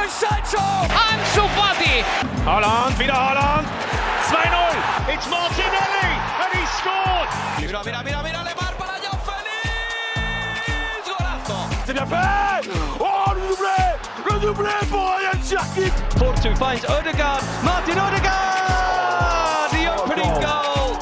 Sancho! Ansu Fati! Haaland, wieder Haaland! 2-0! It's Martinelli and he scored! Mira, Lemar para João Félix! Golazo! C'est bien fait! Oh, le doublé pour Ryan Cherki! Porto finds Odegaard, Martin Odegaard! The opening goal!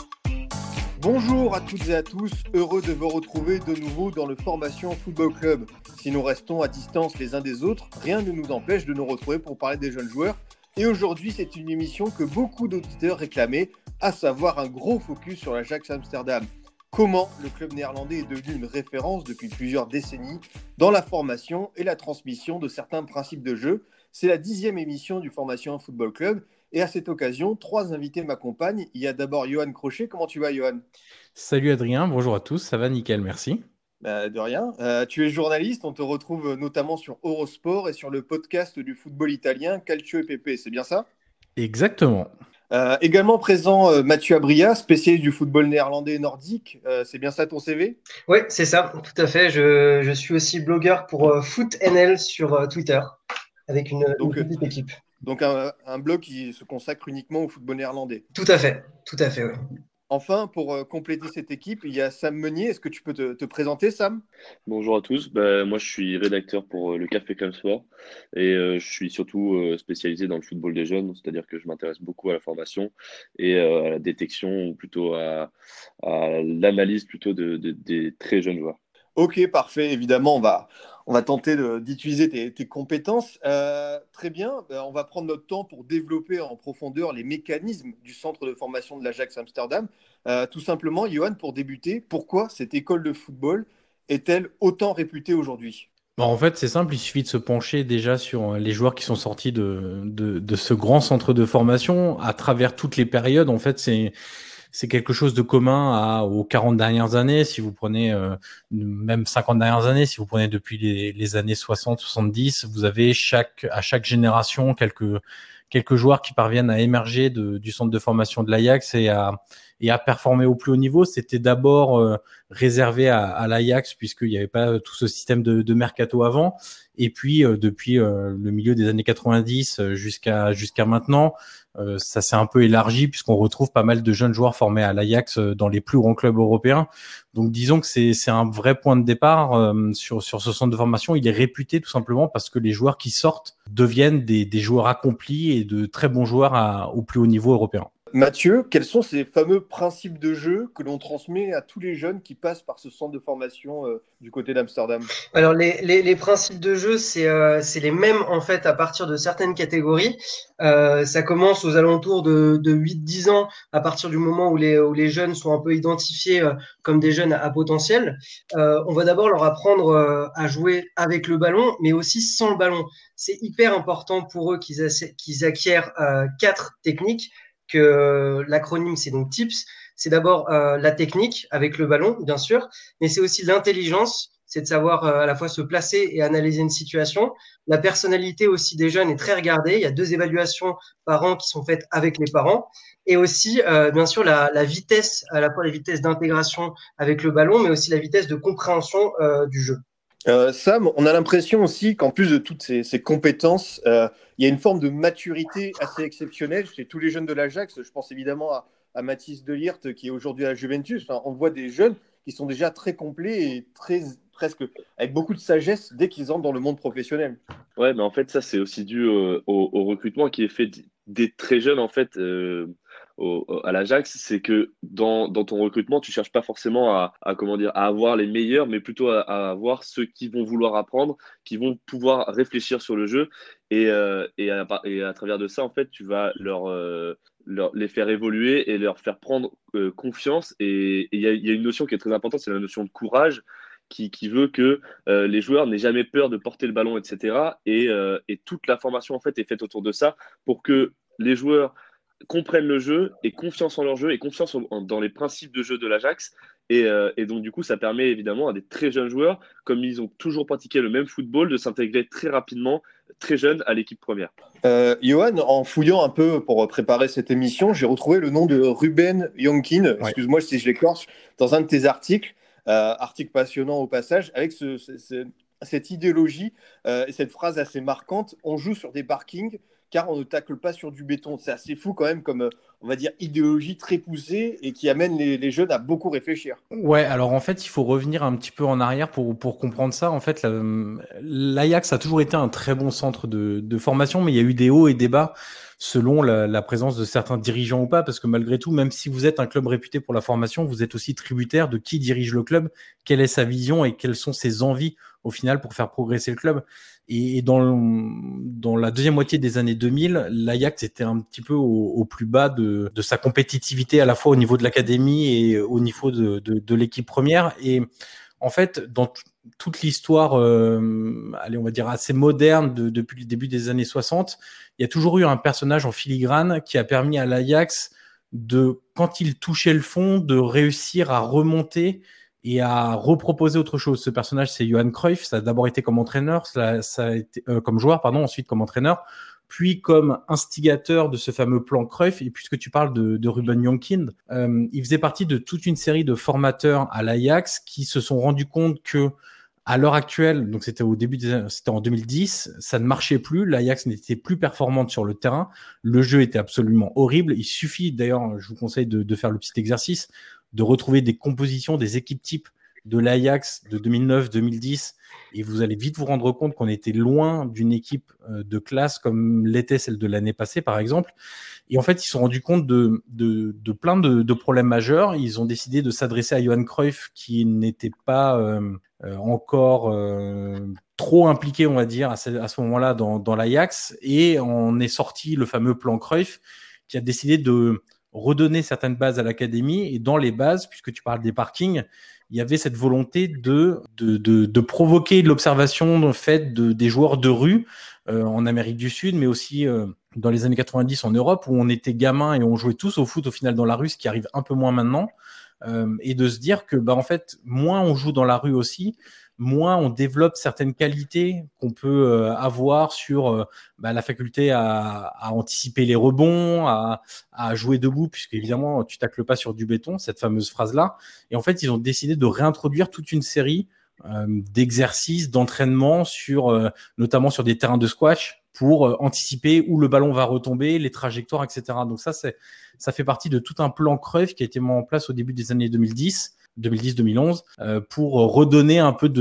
Bonjour à toutes et à tous, heureux de vous retrouver de nouveau dans le Formation Football Club. Si nous restons à distance les uns des autres, rien ne nous empêche de nous retrouver pour parler des jeunes joueurs. Et aujourd'hui, c'est une émission que beaucoup d'auditeurs réclamaient, à savoir un gros focus sur l'Ajax Amsterdam. Comment le club néerlandais est devenu une référence depuis plusieurs décennies dans la formation et la transmission de certains principes de jeu. C'est la 10e émission du Formation Football Club. Et à cette occasion, 3 invités m'accompagnent. Il y a d'abord Johan Crochet. Comment tu vas, Johan ? Salut Adrien, bonjour à tous, ça va nickel, merci. De rien. Tu es journaliste, on te retrouve notamment sur Eurosport et sur le podcast du football italien Calcio et Pepe, c'est bien ça ? Exactement. Également présent Mathieu Abria, spécialiste du football néerlandais et nordique, c'est bien ça ton CV ? Oui, c'est ça, tout à fait. Je suis aussi blogueur pour FootNL sur Twitter, avec une petite équipe. Donc un blog qui se consacre uniquement au football néerlandais. Tout à fait, oui. Enfin, pour compléter cette équipe, il y a Sam Meunier. Est-ce que tu peux te présenter, Sam ? Bonjour à tous. Moi, je suis rédacteur pour le Café Club Sport et je suis surtout spécialisé dans le football des jeunes, c'est-à-dire que je m'intéresse beaucoup à la formation et à la détection, ou plutôt à l'analyse plutôt des très jeunes joueurs. Ok, parfait. Évidemment, on va tenter d'utiliser tes compétences. Très bien. On va prendre notre temps pour développer en profondeur les mécanismes du centre de formation de l'Ajax Amsterdam. Tout simplement, Johan, pour débuter, pourquoi cette école de football est-elle autant réputée aujourd'hui ? En fait, c'est simple, il suffit de se pencher déjà sur les joueurs qui sont sortis de ce grand centre de formation à travers toutes les périodes. En fait, c'est quelque chose de commun aux 40 dernières années, si vous prenez même 50 dernières années, si vous prenez depuis les années 60, 70, vous avez à chaque génération quelques joueurs qui parviennent à émerger du centre de formation de l'Ajax et à performer au plus haut niveau. C'était d'abord réservé à l'Ajax puisqu'il n'y avait pas tout ce système de mercato avant. Et puis depuis le milieu des années 90 jusqu'à maintenant, ça s'est un peu élargi puisqu'on retrouve pas mal de jeunes joueurs formés à l'Ajax dans les plus grands clubs européens. Donc disons que c'est un vrai point de départ sur ce centre de formation. Il est réputé tout simplement parce que les joueurs qui sortent deviennent des joueurs accomplis et de très bons joueurs au plus haut niveau européen. Mathieu, quels sont ces fameux principes de jeu que l'on transmet à tous les jeunes qui passent par ce centre de formation du côté d'Amsterdam ? Alors les principes de jeu, c'est les mêmes en fait à partir de certaines catégories. Ça commence aux alentours de 8-10 ans, à partir du moment où les jeunes sont un peu identifiés comme des jeunes à potentiel. On va d'abord leur apprendre à jouer avec le ballon, mais aussi sans le ballon. C'est hyper important pour eux qu'ils acquièrent 4 techniques. Que l'acronyme c'est donc TIPS, c'est d'abord la technique avec le ballon bien sûr, mais c'est aussi l'intelligence, c'est de savoir à la fois se placer et analyser une situation. La personnalité aussi des jeunes est très regardée, il y a 2 évaluations par an qui sont faites avec les parents, et aussi bien sûr la vitesse, à la fois la vitesse d'intégration avec le ballon, mais aussi la vitesse de compréhension du jeu. Sam, on a l'impression aussi qu'en plus de toutes ces compétences, il y a une forme de maturité assez exceptionnelle chez tous les jeunes de l'Ajax. Je pense évidemment à Mathis de Ligt qui est aujourd'hui à la Juventus. Enfin, on voit des jeunes qui sont déjà très complets et presque avec beaucoup de sagesse dès qu'ils entrent dans le monde professionnel. Ouais, mais en fait, ça, c'est aussi dû au recrutement qui est fait des très jeunes, en fait, à l'Ajax. C'est que dans ton recrutement, tu cherches pas forcément à avoir les meilleurs, mais plutôt à avoir ceux qui vont vouloir apprendre, qui vont pouvoir réfléchir sur le jeu. Et à travers de ça, en fait, tu vas les faire évoluer et leur faire prendre confiance. Et il y a une notion qui est très importante, c'est la notion de courage. Qui veut que les joueurs n'aient jamais peur de porter le ballon, etc. Et toute la formation en fait est faite autour de ça pour que les joueurs comprennent le jeu et confiance en leur jeu et confiance dans les principes de jeu de l'Ajax. Et donc du coup, ça permet évidemment à des très jeunes joueurs, comme ils ont toujours pratiqué le même football, de s'intégrer très rapidement, très jeunes à l'équipe première. Johan, en fouillant un peu pour préparer cette émission, j'ai retrouvé le nom de Ruben Yonkin, excuse-moi si je l'écorche, dans un de tes articles. Article passionnant au passage, avec cette idéologie et cette phrase assez marquante, on joue sur des parkings car on ne tacle pas sur du béton. C'est assez fou quand même comme, on va dire, idéologie très poussée et qui amène les jeunes à beaucoup réfléchir. Ouais, alors en fait, il faut revenir un petit peu en arrière pour comprendre ça. En fait, l'Ajax a toujours été un très bon centre de formation, mais il y a eu des hauts et des bas selon la présence de certains dirigeants ou pas, parce que malgré tout, même si vous êtes un club réputé pour la formation, vous êtes aussi tributaire de qui dirige le club, quelle est sa vision et quelles sont ses envies au final pour faire progresser le club. Et dans la deuxième moitié des années 2000, l'Ajax était un petit peu au plus bas de sa compétitivité, à la fois au niveau de l'académie et au niveau de l'équipe première. Et en fait, dans toute l'histoire, allez, on va dire assez moderne depuis le début des années 60, il y a toujours eu un personnage en filigrane qui a permis à l'Ajax de, quand il touchait le fond, de réussir à remonter et à reproposer autre chose. Ce personnage, c'est Johan Cruyff. Ça a d'abord été comme entraîneur, ça a été comme joueur, pardon, ensuite comme entraîneur, puis comme instigateur de ce fameux plan Cruyff. Et puisque tu parles de Ruben Jonkind, il faisait partie de toute une série de formateurs à l'Ajax qui se sont rendus compte que à l'heure actuelle, donc c'était en 2010, ça ne marchait plus. L'Ajax n'était plus performante sur le terrain. Le jeu était absolument horrible. Il suffit, d'ailleurs, je vous conseille de faire le petit exercice, de retrouver des compositions, des équipes types de l'Ajax de 2009-2010, et vous allez vite vous rendre compte qu'on était loin d'une équipe de classe comme l'était celle de l'année passée, par exemple. Et en fait, ils se sont rendus compte de plein de problèmes majeurs. Ils ont décidé de s'adresser à Johan Cruyff, qui n'était pas encore trop impliqué, on va dire, à ce moment-là dans l'Ajax. Et on est sorti le fameux plan Cruyff, qui a décidé de redonner certaines bases à l'académie. Et dans les bases, puisque tu parles des parkings, il y avait cette volonté de provoquer l'observation faite des joueurs de rue en Amérique du Sud, mais aussi dans les années 90 en Europe, où on était gamin et on jouait tous au foot au final dans la rue, ce qui arrive un peu moins maintenant, et de se dire que en fait, moins on joue dans la rue aussi, moins on développe certaines qualités qu'on peut avoir sur la faculté à anticiper les rebonds, à jouer debout, puisque évidemment tu tacles pas sur du béton, cette fameuse phrase-là. Et en fait, ils ont décidé de réintroduire toute une série d'exercices, d'entraînement notamment sur des terrains de squash pour anticiper où le ballon va retomber, les trajectoires, etc. Donc ça fait partie de tout un plan Cruyff qui a été mis en place au début des années 2010-2011 pour redonner un peu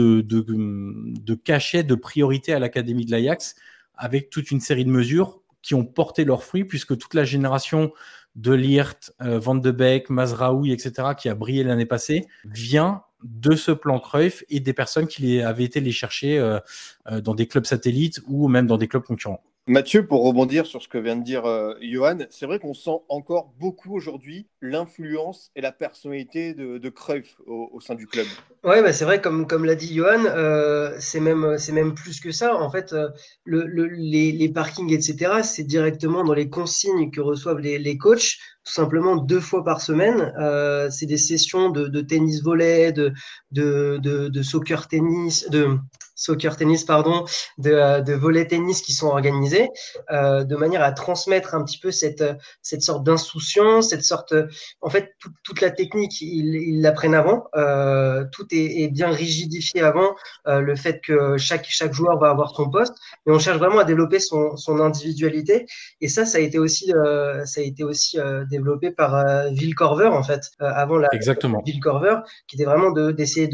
de cachet, de priorité à l'académie de l'Ajax, avec toute une série de mesures qui ont porté leurs fruits, puisque toute la génération de Ligt, Van de Beek, Mazraoui, etc., qui a brillé l'année passée, vient de ce plan Cruyff et des personnes qui avaient été les chercher dans des clubs satellites ou même dans des clubs concurrents. Mathieu, pour rebondir sur ce que vient de dire Johan, c'est vrai qu'on sent encore beaucoup aujourd'hui l'influence et la personnalité de Cruyff au sein du club. Ouais, c'est vrai, comme l'a dit Johan, c'est même plus que ça. En fait, les parkings, etc., c'est directement dans les consignes que reçoivent les coachs, tout simplement 2 fois par semaine. C'est des sessions de tennis volley, de soccer tennis, pardon, de volley tennis qui sont organisés de manière à transmettre un petit peu cette sorte d'insouciance, cette sorte, en fait, toute la technique, ils l'apprennent avant. Tout est bien rigidifié avant, le fait que chaque joueur va avoir son poste, mais on cherche vraiment à développer son individualité. Et ça a été aussi développé par Will Corver, en fait, avant Exactement. Will Corver, qui était vraiment d'essayer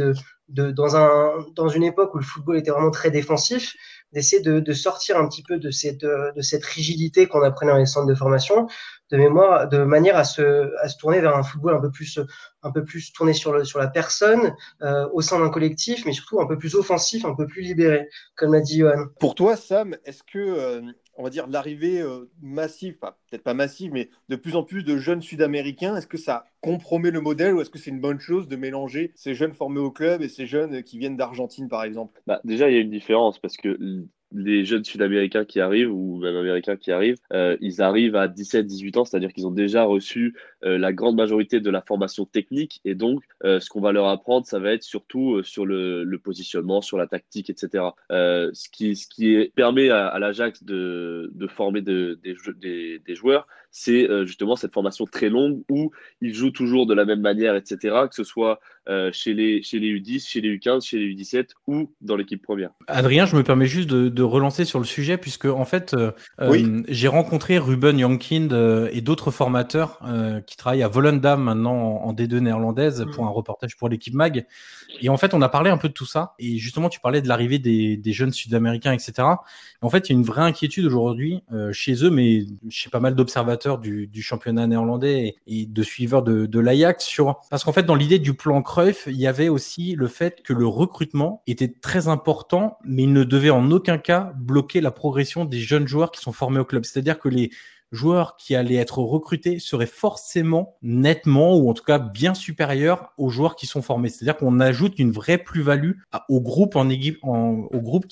dans une époque où le football était vraiment très défensif, d'essayer de sortir un petit peu de cette rigidité qu'on apprenait dans les centres de formation, de manière à se tourner vers un football un peu plus tourné sur la personne, au sein d'un collectif, mais surtout un peu plus offensif, un peu plus libéré, comme l'a dit Johan. Pour toi, Sam, est-ce que, on va dire, l'arrivée massive, peut-être pas massive, mais de plus en plus de jeunes Sud-Américains, est-ce que ça compromet le modèle ou est-ce que c'est une bonne chose de mélanger ces jeunes formés au club et ces jeunes qui viennent d'Argentine, par exemple? Déjà, il y a une différence parce que les jeunes Sud-Américains qui arrivent, ou même Américains qui arrivent, ils arrivent à 17-18 ans, c'est-à-dire qu'ils ont déjà reçu la grande majorité de la formation technique, et donc ce qu'on va leur apprendre, ça va être surtout sur le positionnement, sur la tactique, etc. Ce qui permet à l'Ajax de former des joueurs, c'est justement cette formation très longue où ils jouent toujours de la même manière, etc., que ce soit chez les U10, chez les U15, chez les U17 ou dans l'équipe première. Adrien, je me permets juste de relancer sur le sujet, puisque en fait, Oui. j'ai rencontré Ruben Jankind et d'autres formateurs qui travaillent à Volendam maintenant en D2 néerlandaise pour un reportage pour l'équipe Mag. Et en fait, on a parlé un peu de tout ça. Et justement, tu parlais de l'arrivée des jeunes Sud-Américains, etc. Et en fait, il y a une vraie inquiétude aujourd'hui chez eux, mais chez pas mal d'observateurs du championnat néerlandais et de suiveurs de l'Ajax parce qu'en fait, dans l'idée du plan Cruyff, il y avait aussi le fait que le recrutement était très important, mais il ne devait en aucun cas bloquer la progression des jeunes joueurs qui sont formés au club. C'est-à-dire que les joueurs qui allaient être recrutés seraient forcément nettement, ou en tout cas bien supérieurs aux joueurs qui sont formés. C'est-à-dire qu'on ajoute une vraie plus-value au groupe au groupe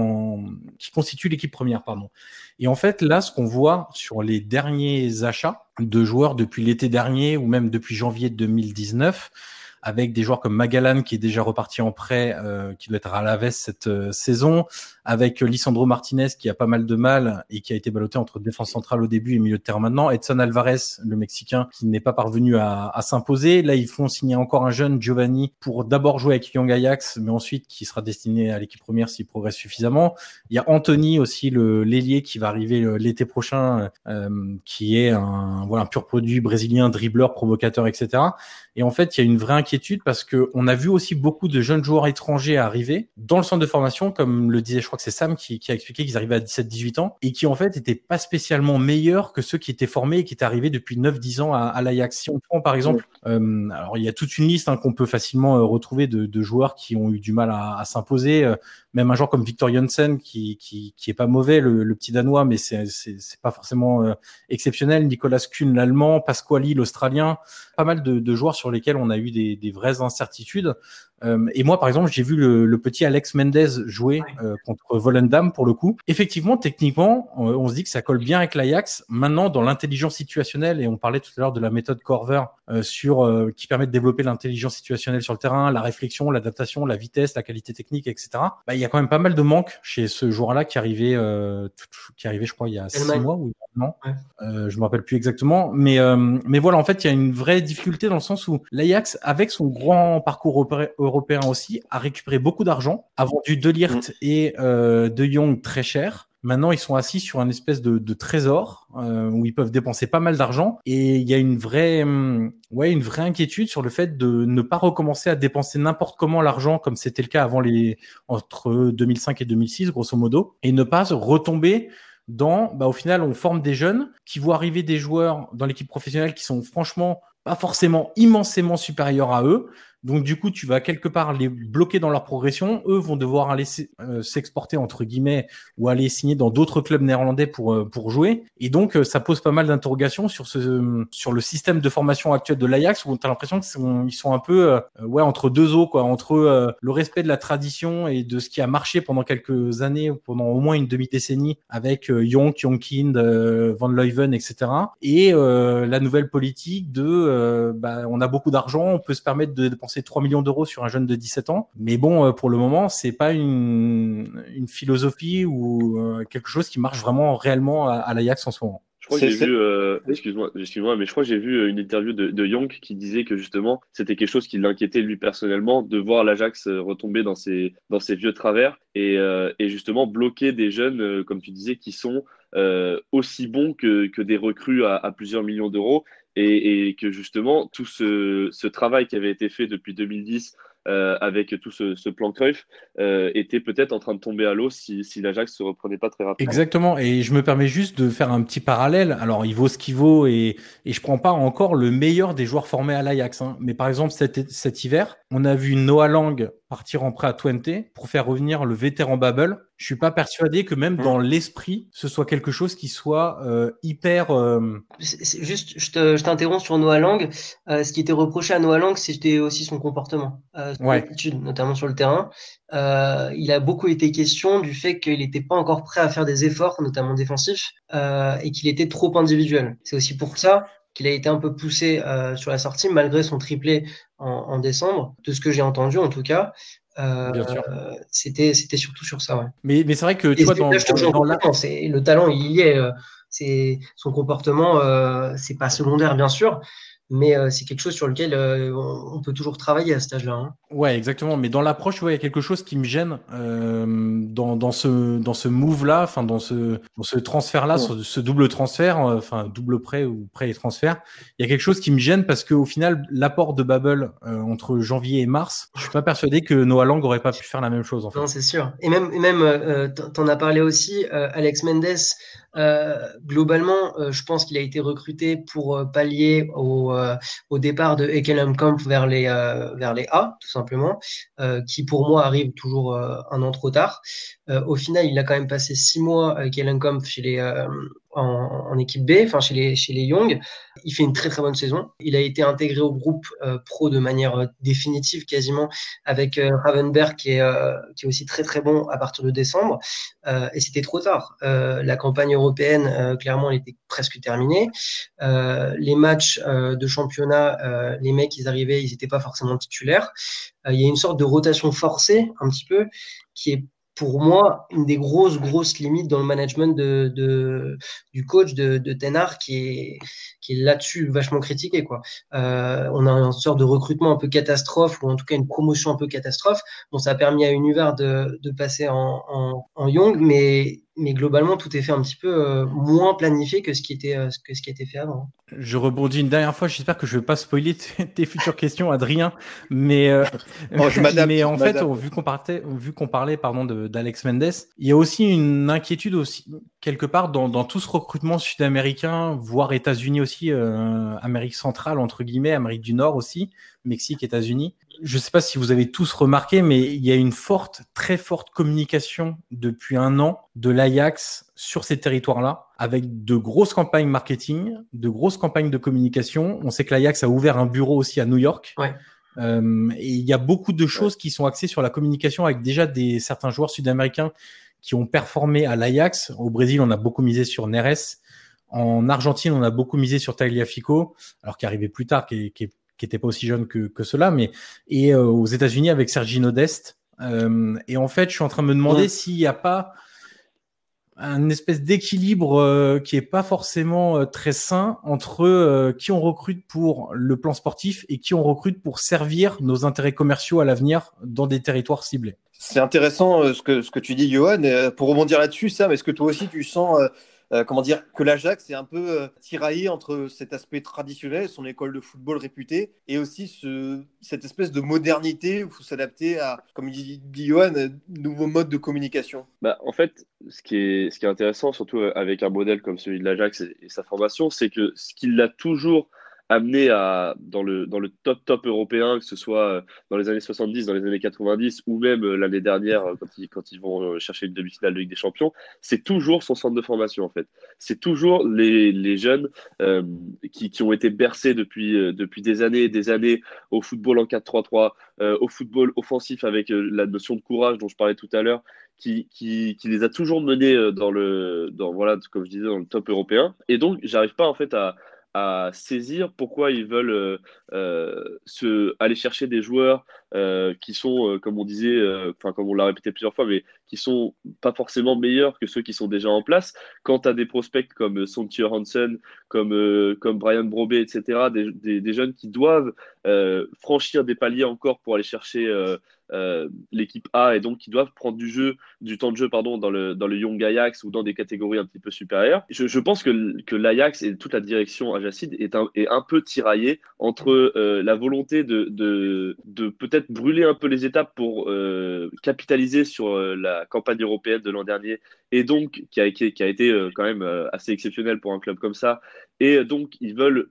qui constitue l'équipe première, pardon. Et en fait, là, ce qu'on voit sur les derniers achats de joueurs depuis l'été dernier ou même depuis janvier 2019, avec des joueurs comme Magallan qui est déjà reparti en prêt, qui doit être à la veste cette saison, avec Lisandro Martinez qui a pas mal de mal et qui a été ballotté entre défense centrale au début et milieu de terrain maintenant, Edson Alvarez, le Mexicain, qui n'est pas parvenu à s'imposer. Là, ils font signer encore un jeune, Giovanni, pour d'abord jouer avec Young Ajax, mais ensuite qui sera destiné à l'équipe première s'il progresse suffisamment. Il y a Anthony aussi, l'ailier qui va arriver l'été prochain, qui est un pur produit brésilien, dribbleur, provocateur, etc. Et en fait, il y a une vraie inquiétude parce que on a vu aussi beaucoup de jeunes joueurs étrangers arriver dans le centre de formation, comme le disait, je crois que c'est Sam qui a expliqué qu'ils arrivaient à 17-18 ans et qui en fait étaient pas spécialement meilleurs que ceux qui étaient formés et qui étaient arrivés depuis 9-10 ans à l'Ajax. Si on prend par exemple, alors il y a toute une liste qu'on peut facilement retrouver de joueurs qui ont eu du mal à s'imposer. Même un joueur comme Victor Janssen qui est pas mauvais, le petit Danois, mais c'est pas forcément exceptionnel. Nicolas Kuhn, l'Allemand, Pasquali, l'Australien, pas mal de joueurs sur lesquels on a eu des vraies incertitudes. Et moi, par exemple, j'ai vu le petit Alex Mendez jouer contre Volendam pour le coup. Effectivement, techniquement, on se dit que ça colle bien avec l'Ajax. Maintenant, dans l'intelligence situationnelle, et on parlait tout à l'heure de la méthode Corver qui permet de développer l'intelligence situationnelle sur le terrain, la réflexion, l'adaptation, la vitesse, la qualité technique, etc. Il y a quand même pas mal de manques chez ce joueur-là qui arrivait, je crois, il y a 6 mois ou non. Je me rappelle plus exactement. Mais voilà, en fait, il y a une vraie difficulté dans le sens où l'Ajax, avec son grand parcours européen aussi, a récupéré beaucoup d'argent, a vendu De Ligt et De Jong très cher. Maintenant, ils sont assis sur un espèce de trésor où ils peuvent dépenser pas mal d'argent et il y a une vraie inquiétude sur le fait de ne pas recommencer à dépenser n'importe comment l'argent comme c'était le cas entre 2005 et 2006, grosso modo, et ne pas retomber au final, on forme des jeunes qui voient arriver des joueurs dans l'équipe professionnelle qui sont franchement pas forcément immensément supérieurs à eux. Donc, du coup, tu vas quelque part les bloquer dans leur progression. Eux vont devoir aller s'exporter, entre guillemets, ou aller signer dans d'autres clubs néerlandais pour jouer. Et donc, ça pose pas mal d'interrogations sur le système de formation actuel de l'Ajax, où tu as l'impression qu'ils sont un peu entre deux eaux, quoi, entre le respect de la tradition et de ce qui a marché pendant quelques années, pendant au moins une demi-décennie, avec Jonk, Jonkind, Van Leuven, etc. Et la nouvelle politique on a beaucoup d'argent, on peut se permettre de dépenser 3 millions d'euros sur un jeune de 17 ans. Mais bon, pour le moment, c'est pas une philosophie ou quelque chose qui marche vraiment réellement à l'Ajax en ce moment. Je crois que j'ai vu, excuse-moi, mais je crois que j'ai vu une interview de Young qui disait que justement, c'était quelque chose qui l'inquiétait lui personnellement de voir l'Ajax retomber dans ses vieux travers et justement bloquer des jeunes, comme tu disais, qui sont aussi bons que des recrues à plusieurs millions d'euros et que justement, tout ce travail qui avait été fait depuis 2010 avec tout ce plan Cruyff était peut-être en train de tomber à l'eau si l'Ajax se reprenait pas très rapidement. Exactement, et je me permets juste de faire un petit parallèle. Alors, il vaut ce qu'il vaut et je prends pas encore le meilleur des joueurs formés à l'Ajax. Mais par exemple, cet hiver, on a vu Noah Lang partir en prêt à Twente pour faire revenir le vétéran Babel. Je suis pas persuadé que même dans l'esprit, ce soit quelque chose qui soit hyper... C'est juste, je t'interromps sur Noah Lang. Ce qui était reproché à Noah Lang, c'était aussi son comportement, son attitude, notamment sur le terrain. Il a beaucoup été question du fait qu'il n'était pas encore prêt à faire des efforts, notamment défensifs, et qu'il était trop individuel. C'est aussi pour ça qu'il a été un peu poussé sur la sortie, malgré son triplé en décembre, de ce que j'ai entendu en tout cas. Bien sûr. C'était surtout sur ça, ouais. Mais c'est vrai que tu vois, le talent, il y est. son comportement, c'est pas secondaire bien sûr, mais c'est quelque chose sur lequel on peut toujours travailler à cet âge-là. Hein. Ouais, exactement. Mais dans l'approche, il y a quelque chose qui me gêne dans ce move-là, enfin dans ce transfert-là, ce double transfert, enfin double prêt ou prêt et transfert. Il y a quelque chose qui me gêne parce qu'au final, l'apport de Babel entre janvier et mars, je suis pas persuadé que Noah Lang aurait pas pu faire la même chose en fait. Non, c'est sûr. Et même t'en as parlé aussi, Alex Mendes. Globalement, je pense qu'il a été recruté pour pallier au départ de Ekelenkamp vers les A, tout simplement, qui pour moi arrive toujours un an trop tard. Au final, il a quand même passé 6 mois Ekelenkamp en équipe B, enfin chez les Young. Il fait une très très bonne saison. Il a été intégré au groupe pro de manière définitive quasiment avec Ravenberg qui est aussi très très bon à partir de décembre. Et c'était trop tard. La campagne européenne, clairement, elle était presque terminée. Les matchs de championnat, les mecs, ils arrivaient, ils n'étaient pas forcément titulaires. Il y a une sorte de rotation forcée, un petit peu, qui est pour moi une des grosses limites dans le management du coach de Ten Hag qui est là-dessus vachement critiqué, quoi. On a une sorte de recrutement un peu catastrophe, ou en tout cas une promotion un peu catastrophe. Bon, ça a permis à Univers de passer en Young, mais globalement, tout est fait un petit peu moins planifié que ce qui était fait avant. Je rebondis une dernière fois. J'espère que je ne vais pas spoiler tes futures questions, Adrien. Mais, mais en fait, vu qu'on parlait d'Alex Mendes, il y a aussi une inquiétude aussi quelque part dans tout ce recrutement sud-américain, voire États-Unis aussi, Amérique centrale entre guillemets, Amérique du Nord aussi, Mexique, États-Unis. Je ne sais pas si vous avez tous remarqué, mais il y a une très forte communication depuis un an de l'Ajax sur ces territoires-là, avec de grosses campagnes marketing, de grosses campagnes de communication. On sait que l'Ajax a ouvert un bureau aussi à New York. Ouais. Et il y a beaucoup de choses qui sont axées sur la communication avec déjà certains joueurs sud-américains qui ont performé à l'Ajax. Au Brésil, on a beaucoup misé sur Neres. En Argentine, on a beaucoup misé sur Tagliafico, alors qu'il arrivait plus tard, qui était pas aussi jeune que cela, et aux États-Unis avec Sergino Dest. Et en fait, je suis en train de me demander s'il n'y a pas un espèce d'équilibre qui est pas forcément très sain entre qui on recrute pour le plan sportif et qui on recrute pour servir nos intérêts commerciaux à l'avenir dans des territoires ciblés. C'est intéressant ce que tu dis, Johan. Pour rebondir là-dessus, Sam, est-ce que toi aussi tu sens que l'Ajax est un peu tiraillé entre cet aspect traditionnel, son école de football réputée, et aussi cette espèce de modernité où il faut s'adapter à, comme dit Johan, nouveaux modes de communication? En fait, ce qui est intéressant, surtout avec un modèle comme celui de l'Ajax et sa formation, c'est que ce qui l'a toujours amené dans le top européen, que ce soit dans les années 70, dans les années 90 ou même l'année dernière quand ils vont chercher une demi-finale de Ligue des Champions, c'est toujours son centre de formation en fait. C'est toujours les jeunes qui ont été bercés depuis des années au football en 4-3-3, au football offensif avec la notion de courage dont je parlais tout à l'heure, qui les a toujours menés comme je disais, dans le top européen. Et donc, j'arrive pas en fait à saisir pourquoi ils veulent aller chercher des joueurs qui sont, comme on disait, comme on l'a répété plusieurs fois, mais qui sont pas forcément meilleurs que ceux qui sont déjà en place. Quand tu as des prospects comme Sonty Hansen, comme Brian Brobé, etc., des jeunes qui doivent franchir des paliers encore pour aller chercher l'équipe A et donc qui doivent prendre du temps de jeu dans le Young Ajax ou dans des catégories un petit peu supérieures. Je pense que l'Ajax et toute la direction ajaxide est un peu tiraillée entre la volonté de peut-être brûler un peu les étapes pour capitaliser sur la campagne européenne de l'an dernier et donc qui a été quand même assez exceptionnelle pour un club comme ça, et donc ils veulent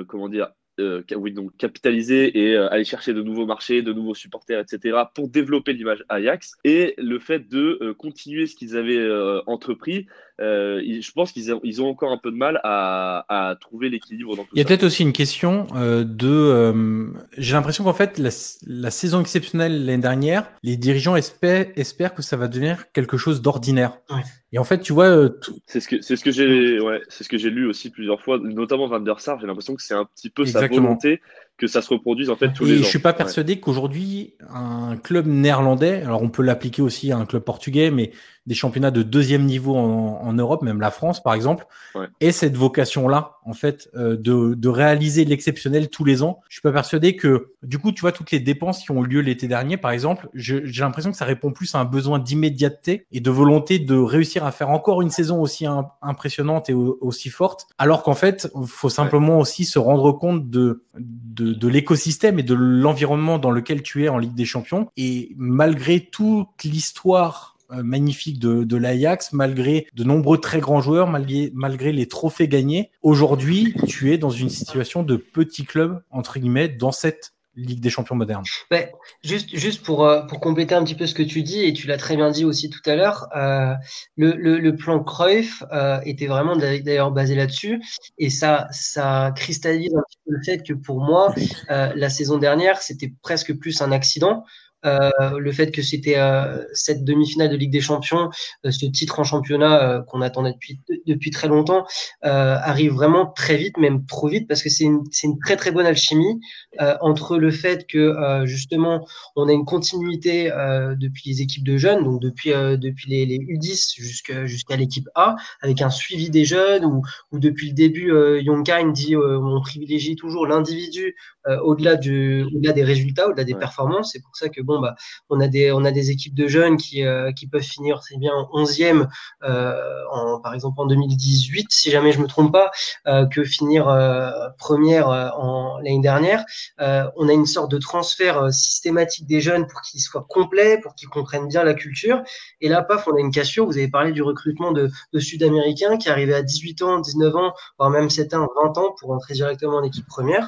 donc capitaliser et aller chercher de nouveaux marchés, de nouveaux supporters, etc., pour développer l'image Ajax. Et le fait de continuer ce qu'ils avaient entrepris, je pense qu'ils ont encore un peu de mal à trouver l'équilibre dans tout ça. Il y a peut-être aussi une question j'ai l'impression qu'en fait, la saison exceptionnelle l'année dernière, les dirigeants espèrent que ça va devenir quelque chose d'ordinaire. Ouais. Et en fait, tu vois, c'est ce que j'ai lu aussi plusieurs fois, notamment Van der Sar. J'ai l'impression que c'est un petit peu Exactement. Sa volonté que ça se reproduise en fait tous les ans. Et je suis pas persuadé qu'aujourd'hui un club néerlandais, alors on peut l'appliquer aussi à un club portugais, mais des championnats de deuxième niveau en Europe, même la France par exemple, Ouais. ait cette vocation-là, en fait, de réaliser l'exceptionnel tous les ans. Je suis pas persuadé que, du coup, tu vois, toutes les dépenses qui ont eu lieu l'été dernier, par exemple, j'ai l'impression que ça répond plus à un besoin d'immédiateté et de volonté de réussir à faire encore une saison aussi impressionnante et aussi forte, alors qu'en fait, faut simplement aussi se rendre compte de l'écosystème et de l'environnement dans lequel tu es en Ligue des Champions. Et malgré toute l'histoire magnifique de l'Ajax, malgré de nombreux très grands joueurs, malgré les trophées gagnés, aujourd'hui, tu es dans une situation de petit club, entre guillemets, dans cette Ligue des Champions moderne. Ouais, juste pour compléter un petit peu ce que tu dis, et tu l'as très bien dit aussi tout à l'heure, le plan Cruyff était vraiment d'ailleurs basé là-dessus, et ça cristallise un petit peu le fait que pour moi, la saison dernière, c'était presque plus un accident. Le fait que c'était cette demi-finale de Ligue des Champions, ce titre en championnat qu'on attendait depuis très longtemps, arrive vraiment très vite, même trop vite, parce que c'est une très très bonne alchimie entre le fait que justement on a une continuité depuis les équipes de jeunes, donc depuis les U10 jusqu'à l'équipe A, avec un suivi des jeunes, ou depuis le début, Youngkind dit on privilégie toujours l'individu au-delà des résultats, au-delà des performances. C'est pour ça que bon, bah, on a des équipes de jeunes qui peuvent finir très bien 11e, par exemple en 2018, si jamais je me trompe pas, que finir première l'année dernière. On a une sorte de transfert systématique des jeunes pour qu'ils soient complets, pour qu'ils comprennent bien la culture. Et là, paf, on a une cassure. Vous avez parlé du recrutement de Sud-Américains qui arrivaient à 18 ans, 19 ans, voire même certains 20 ans pour entrer directement en équipe première.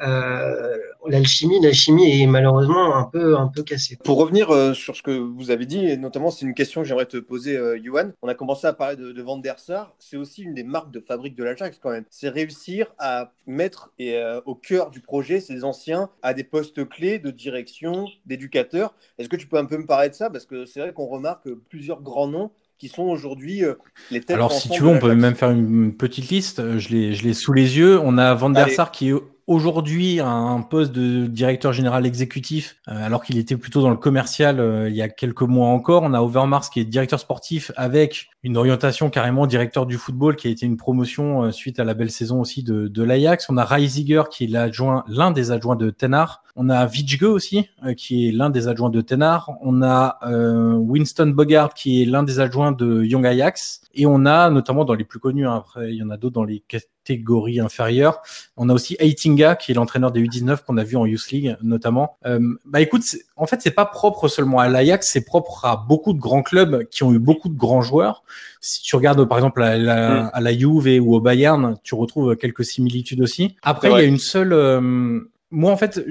L'alchimie est malheureusement un peu cassée. Pour revenir sur ce que vous avez dit, et notamment c'est une question que j'aimerais te poser, Johan. On a commencé à parler de Van der Sar. C'est aussi une des marques de fabrique de l'Ajax quand même. C'est réussir à mettre au cœur du projet ces anciens à des postes clés de direction, d'éducateurs. Est-ce que tu peux un peu me parler de ça? Parce que c'est vrai qu'on remarque plusieurs grands noms qui sont aujourd'hui les têtes Alors, si pensantes tu de veux, on peut l'Ajax. même faire une petite liste. Je l'ai sous les yeux. On a Van der Allez. Sar qui est aujourd'hui à un poste de directeur général exécutif, alors qu'il était plutôt dans le commercial il y a quelques mois encore. On a Overmars qui est directeur sportif avec une orientation carrément directeur du football, qui a été une promotion suite à la belle saison aussi de l'Ajax. On a Reisiger qui est l'un des adjoints de Ten Hag. On a Vitge aussi, qui est l'un des adjoints de Ten Hag. On a Winston Bogart qui est l'un des adjoints de Young Ajax. Et on a, notamment dans les plus connus, hein, après il y en a d'autres dans les catégories inférieures, on a aussi Heitinga qui est l'entraîneur des U19 qu'on a vu en Youth League notamment. Écoute, en fait c'est pas propre seulement à l'Ajax, c'est propre à beaucoup de grands clubs qui ont eu beaucoup de grands joueurs. Si tu regardes par exemple à la Juve ou au Bayern, tu retrouves quelques similitudes aussi. Après il y a une seule... moi en fait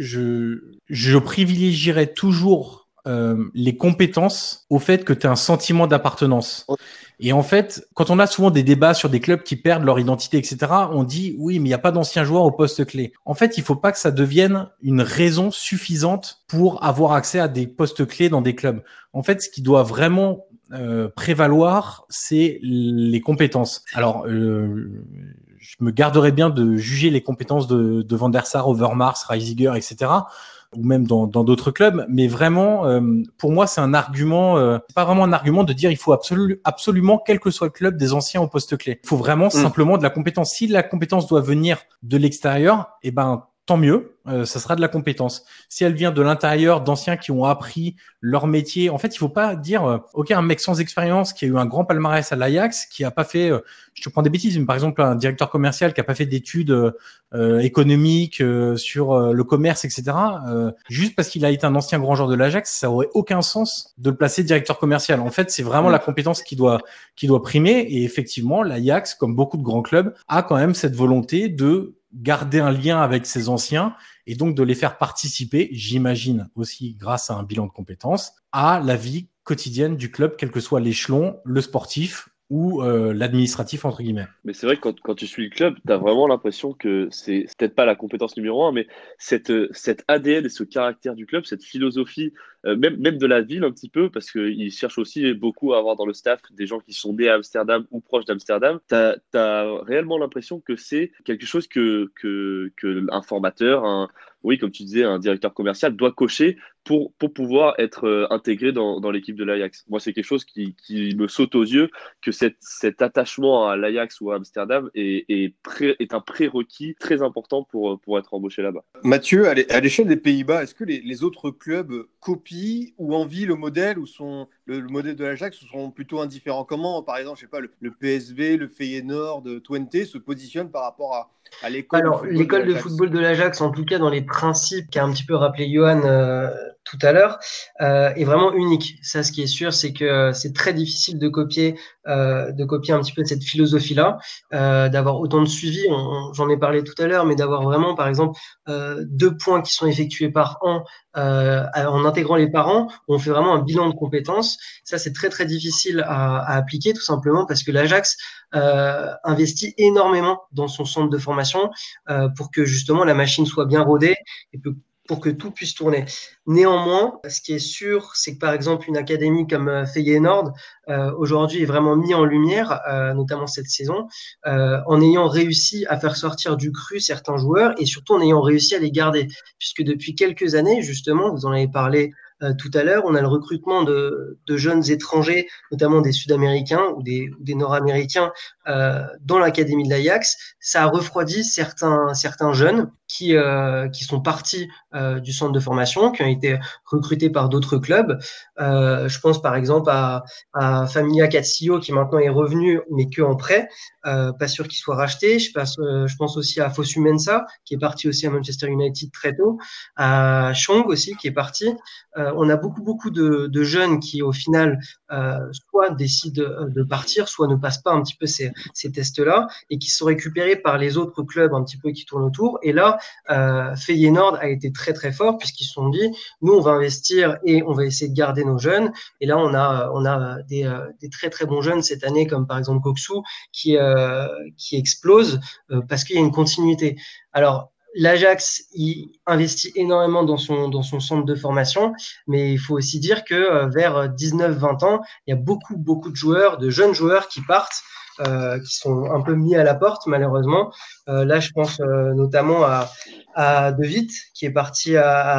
je privilégierais toujours les compétences au fait que tu as un sentiment d'appartenance. Et en fait, quand on a souvent des débats sur des clubs qui perdent leur identité, etc., on dit oui, mais il n'y a pas d'anciens joueurs au poste clé. En fait, il faut pas que ça devienne une raison suffisante pour avoir accès à des postes clés dans des clubs. En fait, ce qui doit vraiment prévaloir, c'est les compétences. Alors, je me garderais bien de juger les compétences de Van der Sar, Overmars, Reisiger, etc., ou même dans d'autres clubs, mais vraiment, pour moi, c'est un argument, c'est pas vraiment un argument de dire il faut absolument, quel que soit le club, des anciens au poste clé. Il faut vraiment simplement de la compétence. Si la compétence doit venir de l'extérieur, eh ben, tant mieux, ça sera de la compétence. Si elle vient de l'intérieur, d'anciens qui ont appris leur métier, en fait, il faut pas dire, ok, un mec sans expérience qui a eu un grand palmarès à l'Ajax, qui a pas fait, je te prends des bêtises, mais par exemple un directeur commercial qui a pas fait d'études économiques sur le commerce, etc. Juste parce qu'il a été un ancien grand joueur de l'Ajax, ça aurait aucun sens de le placer directeur commercial. En fait, c'est vraiment la compétence qui doit primer. Et effectivement, l'Ajax, comme beaucoup de grands clubs, a quand même cette volonté de garder un lien avec ses anciens et donc de les faire participer, j'imagine aussi grâce à un bilan de compétences, à la vie quotidienne du club, quel que soit l'échelon, le sportif ou l'administratif, entre guillemets. Mais c'est vrai que quand tu suis le club, tu as vraiment l'impression que c'est peut-être pas la compétence numéro un, mais cet ADN et ce caractère du club, cette philosophie, même de la ville un petit peu, parce qu'ils cherchent aussi beaucoup à avoir dans le staff des gens qui sont nés à Amsterdam ou proches d'Amsterdam. Tu as réellement l'impression que c'est quelque chose que un formateur, oui, comme tu disais, un directeur commercial doit cocher pour pouvoir être intégré dans l'équipe de l'Ajax. Moi, c'est quelque chose qui me saute aux yeux, que cet attachement à l'Ajax ou à Amsterdam est un prérequis très important pour être embauché là-bas. Mathieu, à l'échelle des Pays-Bas, est-ce que les autres clubs copient ou envient le modèle ou sont le modèle de l'Ajax ou sont plutôt indifférents? Comment, par exemple, je sais pas, le PSV, le Feyenoord, Twente se positionnent par rapport à l'école Alors, l'école de football de l'Ajax, en tout cas dans les principes qu'a un petit peu rappelé Johan tout à l'heure, est vraiment unique. Ça, ce qui est sûr, c'est que c'est très difficile de copier un petit peu cette philosophie-là, d'avoir autant de suivi. J'en ai parlé tout à l'heure, mais d'avoir vraiment, par exemple, 2 points qui sont effectués par an en intégrant les parents, où on fait vraiment un bilan de compétences. Ça, c'est très très difficile à appliquer, tout simplement parce que l'Ajax investit énormément dans son centre de formation pour que justement la machine soit bien rodée et pour que tout puisse tourner. Néanmoins, ce qui est sûr, c'est que par exemple une académie comme Feyenoord aujourd'hui est vraiment mis en lumière, notamment cette saison, en ayant réussi à faire sortir du cru certains joueurs et surtout en ayant réussi à les garder, puisque depuis quelques années, justement, vous en avez parlé tout à l'heure, on a le recrutement de jeunes étrangers, notamment des Sud-Américains ou des Nord-Américains, dans l'académie de l'Ajax. Ça a refroidi certains jeunes qui sont partis du centre de formation, qui ont été recrutés par d'autres clubs. Je pense par exemple à Familia Castillo qui maintenant est revenu, mais que en prêt. Pas sûr qu'il soit racheté. Je pense aussi à Fosu Mensah qui est parti aussi à Manchester United très tôt, à Chong aussi qui est parti. On a beaucoup de jeunes qui au final soit décident de partir, soit ne passent pas un petit peu ces tests-là et qui sont récupérés par les autres clubs un petit peu qui tournent autour. Et là, Feyenoord a été très très fort puisqu'ils se sont dit nous on va investir et on va essayer de garder nos jeunes. Et là on a des très très bons jeunes cette année comme par exemple Koksu qui explose parce qu'il y a une continuité. Alors l'Ajax, il investit énormément dans son centre de formation, mais il faut aussi dire que vers 19-20 ans, il y a beaucoup de joueurs, de jeunes joueurs qui partent, qui sont un peu mis à la porte malheureusement. Là, je pense notamment à De Ligt, qui est parti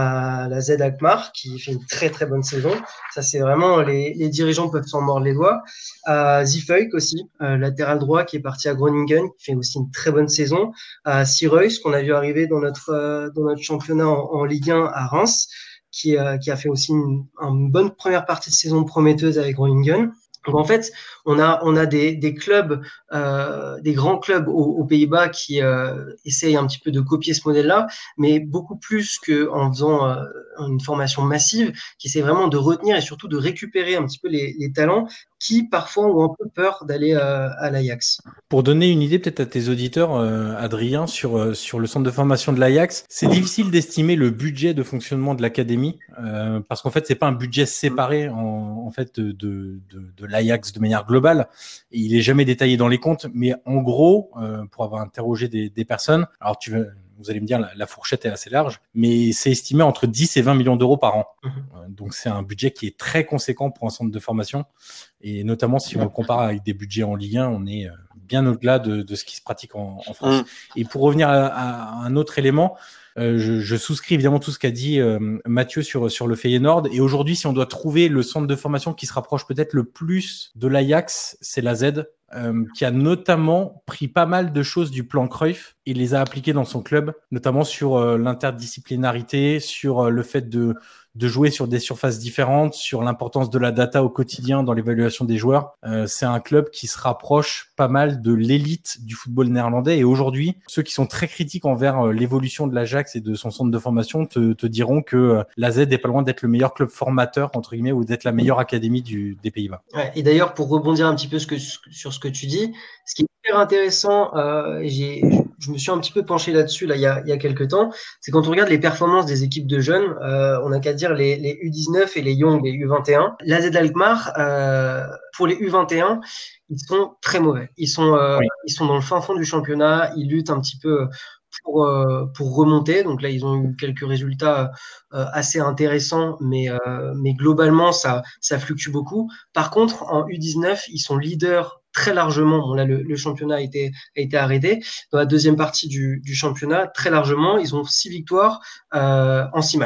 à la Z Alkmaar, qui fait une très très bonne saison. Ça, c'est vraiment les dirigeants peuvent s'en mordre les doigts. À Zifeuk aussi, latéral droit, qui est parti à Groningen, qui fait aussi une très bonne saison. À Sireus, qu'on a vu arriver dans notre championnat en Ligue 1 à Reims, qui a fait aussi une bonne première partie de saison prometteuse avec Groningen. Donc en fait, on a des clubs, des grands clubs aux Pays-Bas qui essayent un petit peu de copier ce modèle-là, mais beaucoup plus qu'en faisant une formation massive, qui essaie vraiment de retenir et surtout de récupérer un petit peu les talents qui parfois ont un peu peur d'aller à l'Ajax. Pour donner une idée peut-être à tes auditeurs, Adrien, sur le centre de formation de l'Ajax, c'est difficile d'estimer le budget de fonctionnement de l'académie parce qu'en fait c'est pas un budget séparé en fait de l'Ajax de manière globale. Et il est jamais détaillé dans les comptes, mais en gros, pour avoir interrogé des personnes, alors vous allez me dire la fourchette est assez large, mais c'est estimé entre 10 et 20 millions d'euros par an. Donc c'est un budget qui est très conséquent pour un centre de formation. Et notamment si on le compare avec des budgets en Ligue 1, on est bien au-delà de ce qui se pratique en France. Et pour revenir à un autre élément, je souscris évidemment tout ce qu'a dit Mathieu sur le Feyenoord. Et aujourd'hui, si on doit trouver le centre de formation qui se rapproche peut-être le plus de l'Ajax, c'est la Z, qui a notamment pris pas mal de choses du plan Cruyff et les a appliquées dans son club, notamment sur l'interdisciplinarité, sur le fait de jouer sur des surfaces différentes, sur l'importance de la data au quotidien dans l'évaluation des joueurs. C'est un club qui se rapproche pas mal de l'élite du football néerlandais. Et aujourd'hui, ceux qui sont très critiques envers l'évolution de l'Ajax et de son centre de formation te diront que la Z est pas loin d'être le meilleur club formateur, entre guillemets, ou d'être la meilleure académie des Pays-Bas. Ouais, et d'ailleurs, pour rebondir un petit peu sur ce que tu dis, ce qui est hyper intéressant, je me suis un petit peu penché là-dessus il y a quelques temps, c'est quand on regarde les performances des équipes de jeunes, on n'a qu'à dire les U19 et les Young, les U21. L'AZ Alkmaar, pour les U21, ils sont très mauvais. Ils sont dans le fin fond du championnat, ils luttent un petit peu pour remonter. Donc là, ils ont eu quelques résultats assez intéressants, mais globalement, ça fluctue beaucoup. Par contre, en U19, ils sont leaders très largement. Bon, là, le championnat a été arrêté. Dans la deuxième partie du championnat, très largement, ils ont 6 victoires en 6 matchs.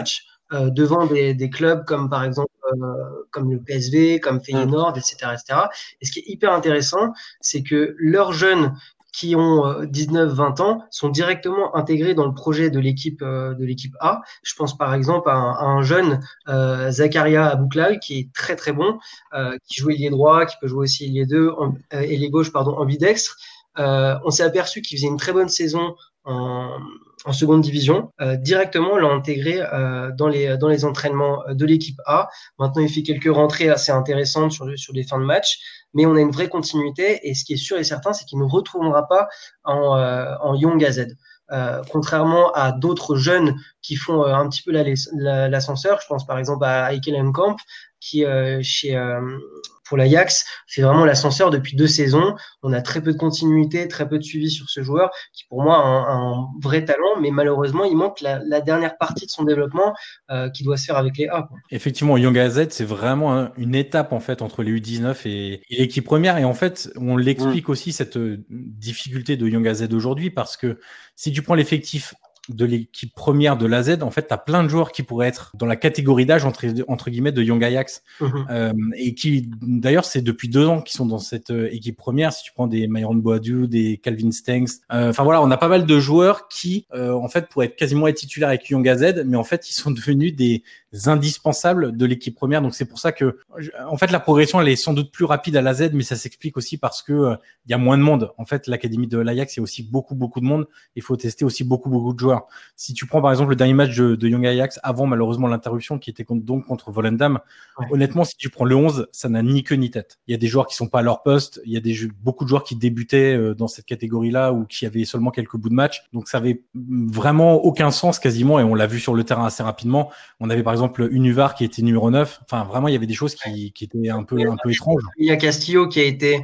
devant des clubs comme par exemple comme le PSV, comme Feyenoord, etc., etc. Et ce qui est hyper intéressant, c'est que leurs jeunes qui ont 19-20 ans sont directement intégrés dans le projet de l'équipe A. Je pense par exemple à un jeune Zakaria Abouklal qui est très très bon, qui joue ailier droit, qui peut jouer aussi ailier gauche pardon, ambidextre. On s'est aperçu qu'il faisait une très bonne saison en seconde division. Directement, on l'a intégré dans les entraînements de l'équipe A. Maintenant, il fait quelques rentrées assez intéressantes sur des fins de match, mais on a une vraie continuité. Et ce qui est sûr et certain, c'est qu'il ne retrouvera pas en Young AZ. Contrairement à d'autres jeunes qui font un petit peu l'ascenseur, je pense par exemple à Eikelenkamp qui pour l'Ajax fait vraiment l'ascenseur depuis 2 saisons. On a très peu de continuité, très peu de suivi sur ce joueur qui pour moi a un vrai talent, mais malheureusement il manque la dernière partie de son développement qui doit se faire avec les A, quoi. Effectivement, Young AZ, c'est vraiment une étape en fait entre les U19 et l'équipe première. Et en fait, on l'explique aussi cette difficulté de Young AZ aujourd'hui parce que si tu prends l'effectif de l'équipe première de l'AZ, en fait, tu as plein de joueurs qui pourraient être dans la catégorie d'âge entre guillemets de Young Ajax et qui, d'ailleurs, c'est depuis 2 ans qu'ils sont dans cette équipe première. Si tu prends des Myron Boadu, des Calvin Stengs, enfin voilà, on a pas mal de joueurs qui, en fait, pourraient quasiment être titulaires avec Young AZ, mais en fait, ils sont devenus des indispensables de l'équipe première. Donc c'est pour ça que, en fait, la progression elle est sans doute plus rapide à l'AZ, mais ça s'explique aussi parce que il y a moins de monde. En fait, l'académie de l'Ajax, il y a aussi beaucoup de monde. Il faut tester aussi beaucoup de joueurs. Si tu prends par exemple le dernier match de Young Ajax avant malheureusement l'interruption qui était donc contre Volendam, honnêtement si tu prends le 11, ça n'a ni queue ni tête. Il y a des joueurs qui sont pas à leur poste, il y a beaucoup de joueurs qui débutaient dans cette catégorie-là ou qui avaient seulement quelques bouts de match. Donc ça avait vraiment aucun sens quasiment et on l'a vu sur le terrain assez rapidement. On avait par exemple Unuvar qui était numéro 9. Enfin vraiment il y avait des choses qui étaient un peu étranges. Il y a Castillo qui a été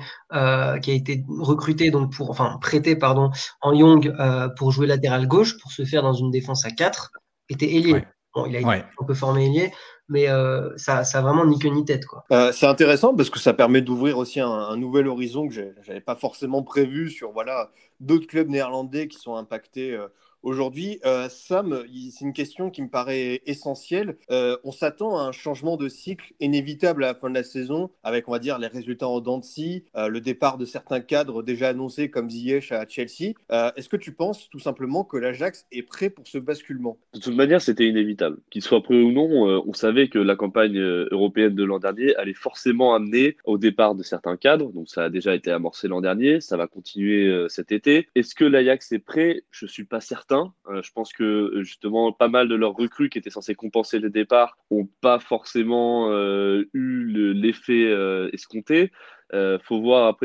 recruté donc prêté en Young pour jouer latéral gauche pour se faire dans une défense à 4, était ailier. Ouais. Bon, il a été un peu formé ailier, mais ça a vraiment ni queue ni tête, quoi. C'est intéressant parce que ça permet d'ouvrir aussi un nouvel horizon que j'avais pas forcément prévu sur d'autres clubs néerlandais qui sont impactés aujourd'hui. Sam, c'est une question qui me paraît essentielle. On s'attend à un changement de cycle inévitable à la fin de la saison avec, on va dire, les résultats en dents de scie, le départ de certains cadres déjà annoncés comme Ziyech à Chelsea. Est-ce que tu penses tout simplement que l'Ajax est prêt pour ce basculement ? De toute manière, c'était inévitable. Qu'il soit prêt ou non, on savait que la campagne européenne de l'an dernier allait forcément amener au départ de certains cadres. Donc ça a déjà été amorcé l'an dernier, ça va continuer cet été. Est-ce que l'Ajax est prêt ? Je suis pas certain. Je pense que justement pas mal de leurs recrues qui étaient censées compenser les départs n'ont pas forcément eu l'effet escompté. Faut voir après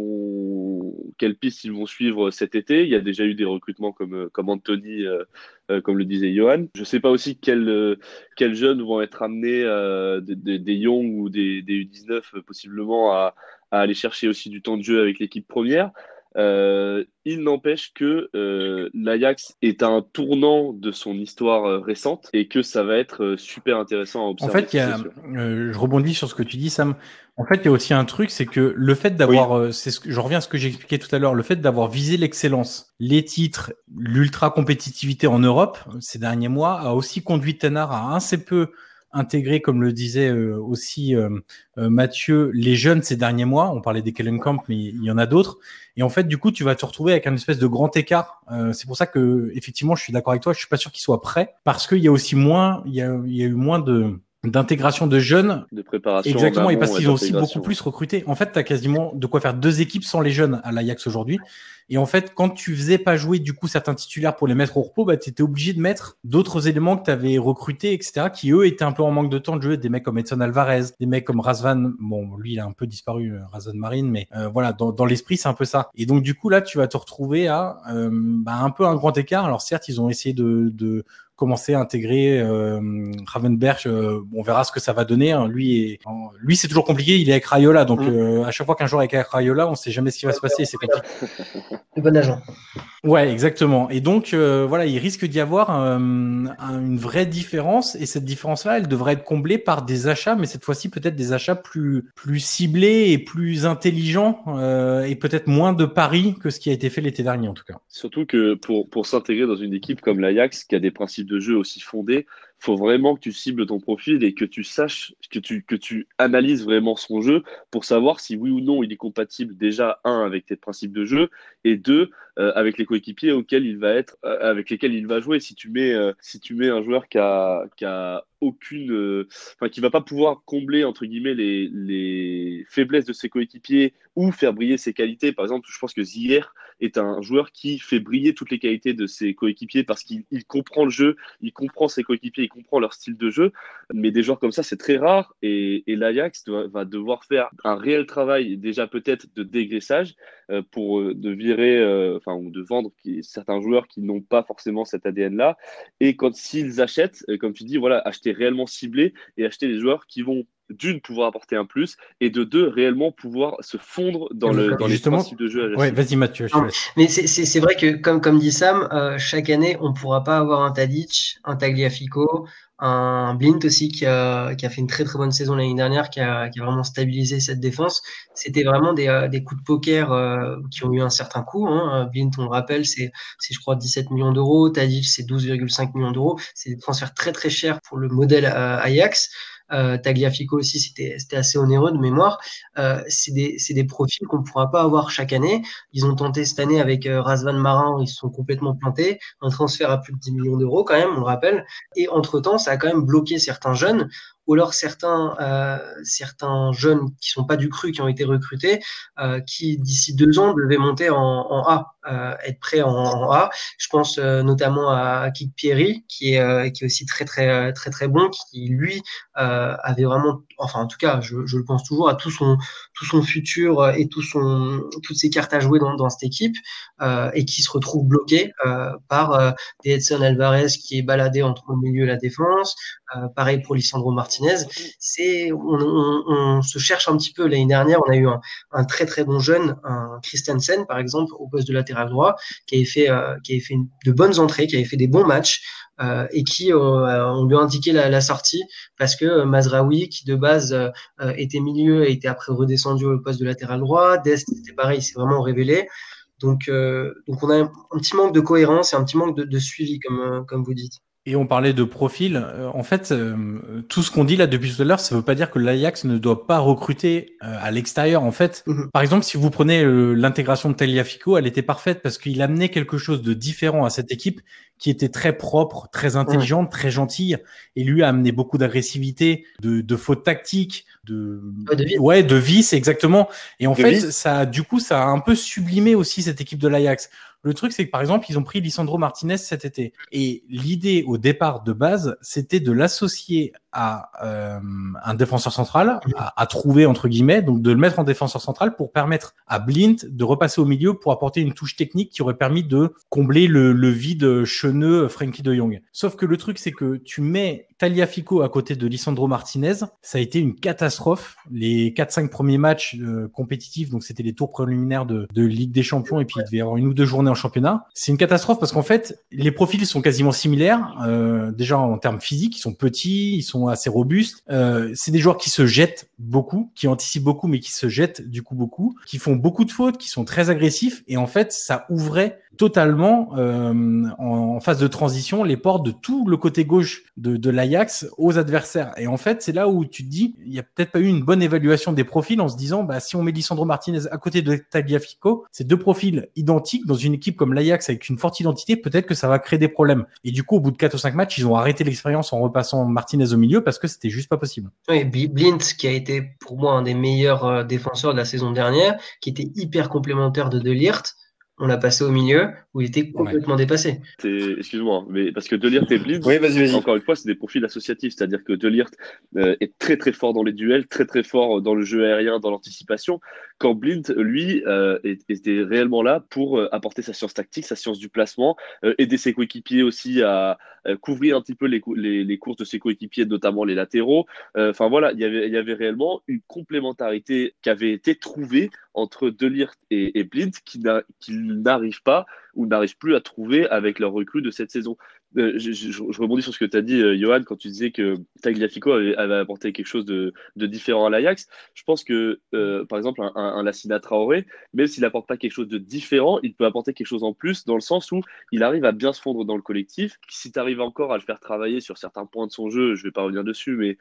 quelle piste ils vont suivre cet été. Il y a déjà eu des recrutements comme Anthony, comme le disait Johan. Je sais pas aussi quels jeunes vont être amenés des Young ou des U19 possiblement à aller chercher aussi du temps de jeu avec l'équipe première. Il n'empêche que l'Ajax est à un tournant de son histoire récente et que ça va être super intéressant à observer. En fait, je rebondis sur ce que tu dis, Sam. En fait, il y a aussi un truc, c'est que le fait d'avoir, je reviens à ce que j'expliquais tout à l'heure, le fait d'avoir visé l'excellence, les titres, l'ultra compétitivité en Europe ces derniers mois a aussi conduit Ten Hag à assez peu intégrer, comme le disait aussi Mathieu, les jeunes ces derniers mois. On parlait des Kellenkamp, mais il y en a d'autres. Et en fait, du coup, tu vas te retrouver avec un espèce de grand écart. C'est pour ça que, effectivement, je suis d'accord avec toi. Je suis pas sûr qu'il soit prêt parce qu'il y a aussi il y a eu moins d'intégration de jeunes. De préparation. Exactement. Et parce qu'ils ont aussi beaucoup plus recruté. En fait, tu as quasiment de quoi faire 2 équipes sans les jeunes à l'Ajax aujourd'hui. Et en fait, quand tu faisais pas jouer du coup certains titulaires pour les mettre au repos, tu étais obligé de mettre d'autres éléments que tu avais recrutés, etc., qui eux étaient un peu en manque de temps de jeu. Des mecs comme Edson Alvarez, des mecs comme Razvan. Bon, lui, il a un peu disparu, Razvan Marine, mais voilà, dans l'esprit, c'est un peu ça. Et donc, du coup, là, tu vas te retrouver à un peu un grand écart. Alors, certes, ils ont essayé de commencer à intégrer Gravenberch. On verra ce que ça va donner. Hein. Lui, c'est toujours compliqué. Il est avec Raiola, donc à chaque fois qu'un joueur est avec Raiola, on sait jamais ce qui va se passer. C'est compliqué. Le bon agent. Ouais, exactement. Et donc, voilà, il risque d'y avoir une vraie différence. Et cette différence-là, elle devrait être comblée par des achats, mais cette fois-ci, peut-être des achats plus ciblés et plus intelligents et peut-être moins de paris que ce qui a été fait l'été dernier, en tout cas. Surtout que pour s'intégrer dans une équipe comme l'Ajax, qui a des principes de jeu aussi fondés, faut vraiment que tu cibles ton profil et que tu saches, que tu analyses vraiment son jeu pour savoir si oui ou non il est compatible déjà, un, avec tes principes de jeu et deux, avec les coéquipiers avec lesquels il va jouer. Si tu mets un joueur qui a aucune, enfin, qui va pas pouvoir combler entre guillemets les faiblesses de ses coéquipiers ou faire briller ses qualités. Par exemple, je pense que Zier est un joueur qui fait briller toutes les qualités de ses coéquipiers parce qu'il comprend le jeu, il comprend ses coéquipiers, il comprend leur style de jeu. Mais des joueurs comme ça, c'est très rare et l'Ajax va devoir faire un réel travail déjà peut-être de dégraissage pour de virer, enfin ou de vendre certains joueurs qui n'ont pas forcément cet ADN-là. Et quand s'ils achètent, comme tu dis, voilà, acheter réellement ciblé et acheter des joueurs qui vont d'une pouvoir apporter un plus et de deux réellement pouvoir se fondre dans les justement, principes de jeu. Ouais, vas-y Mathieu. Je te Non, laisse. mais c'est vrai que, comme dit Sam, chaque année, on ne pourra pas avoir un Tadic, un Tagliafico, un Blint aussi qui a fait une très très bonne saison l'année dernière, qui a vraiment stabilisé cette défense. C'était vraiment des coups de poker qui ont eu un certain coût. Hein. Blint, on le rappelle, c'est je crois 17 millions d'euros. Tadic, c'est 12,5 millions d'euros. C'est des transferts très très chers pour le modèle Ajax. Tagliafico aussi, c'était assez onéreux de mémoire. C'est des profils qu'on ne pourra pas avoir chaque année. Ils ont tenté cette année avec Razvan Marin, ils se sont complètement plantés. Un transfert à plus de 10 millions d'euros quand même, on le rappelle. Et entre-temps, ça a quand même bloqué certains jeunes, ou alors certains jeunes qui sont pas du cru, qui ont été recrutés, qui d'ici 2 ans devaient monter en A, être prêts en A. Je pense notamment à Kik Pierry, qui est aussi très très très très bon, qui lui avait vraiment, enfin en tout cas, je le pense toujours, à tout son futur et toutes ses cartes à jouer dans cette équipe, et qui se retrouve bloqué par des Edson Alvarez qui est baladé entre le milieu et la défense. Pareil pour Lisandro Martinez. On se cherche un petit peu. L'année dernière, on a eu un très très bon jeune, un Christensen par exemple, au poste de latéral droit, qui avait fait de bonnes entrées, qui avait fait des bons matchs. Et qui on lui a indiqué la sortie parce que Mazraoui, qui de base était milieu, a été après redescendu au poste de latéral droit. Dest, c'était pareil, il s'est vraiment révélé. Donc on a un petit manque de cohérence et un petit manque de suivi, comme vous dites. Et on parlait de profil. En fait, tout ce qu'on dit là depuis tout à l'heure, ça veut pas dire que l'Ajax ne doit pas recruter à l'extérieur. En fait, par exemple, si vous prenez l'intégration de Tagliafico, elle était parfaite parce qu'il amenait quelque chose de différent à cette équipe qui était très propre, très intelligente, très gentille, et lui a amené beaucoup d'agressivité, de fautes tactiques, de vice, exactement. Et en fait, ça a un peu sublimé aussi cette équipe de l'Ajax. Le truc, c'est que par exemple, ils ont pris Lisandro Martinez cet été. Et l'idée au départ de base, c'était de l'associer à un défenseur central, à trouver entre guillemets, donc de le mettre en défenseur central pour permettre à Blint de repasser au milieu pour apporter une touche technique qui aurait permis de combler le vide cheneux Frenkie de Jong. Sauf que le truc, c'est que tu mets Tagliafico à côté de Lisandro Martinez, ça a été une catastrophe. Les 4-5 premiers matchs compétitifs, donc c'était les tours préliminaires de Ligue des Champions, et puis il devait y avoir 1 ou 2 journées en championnat. C'est une catastrophe parce qu'en fait, les profils sont quasiment similaires. Déjà en termes physiques, ils sont petits, ils sont assez robustes. C'est des joueurs qui se jettent beaucoup, qui anticipent beaucoup, mais qui se jettent du coup beaucoup, qui font beaucoup de fautes, qui sont très agressifs. Et en fait, ça ouvrait totalement en phase de transition les portes de tout le côté gauche de l'Ajax aux adversaires. Et en fait, c'est là où tu te dis, il y a peut-être pas eu une bonne évaluation des profils en se disant, bah, si on met Lisandro Martinez à côté de Tagliafico, c'est 2 profils identiques dans une équipe comme l'Ajax avec une forte identité, peut-être que ça va créer des problèmes. Et du coup, au bout de 4 ou 5 matchs, ils ont arrêté l'expérience en repassant Martinez au milieu parce que c'était juste pas possible. Oui, Blint, qui a été pour moi un des meilleurs défenseurs de la saison dernière, qui était hyper complémentaire de Ligt, on l'a passé au milieu où il était complètement dépassé. Excuse-moi, mais parce que De Ligt et Blitz, vas-y. encore une fois, c'est des profils associatifs, c'est-à-dire que De Ligt est très très fort dans les duels, très très fort dans le jeu aérien, dans l'anticipation, quand Blind, lui, était réellement là pour apporter sa science tactique, sa science du placement, aider ses coéquipiers aussi à couvrir un petit peu les courses de ses coéquipiers, notamment les latéraux. Enfin voilà, il y avait réellement une complémentarité qui avait été trouvée entre De Ligt et Blind qui n'arrivent pas ou n'arrivent plus à trouver avec leur recrue de cette saison. je rebondis sur ce que tu as dit, Johan, quand tu disais que Tagliafico avait apporté quelque chose de différent à l'Ajax. Je pense que, par exemple, un Lassina Traoré, même s'il n'apporte pas quelque chose de différent, il peut apporter quelque chose en plus, dans le sens où il arrive à bien se fondre dans le collectif. Si tu arrives encore à le faire travailler sur certains points de son jeu, je ne vais pas revenir dessus, mais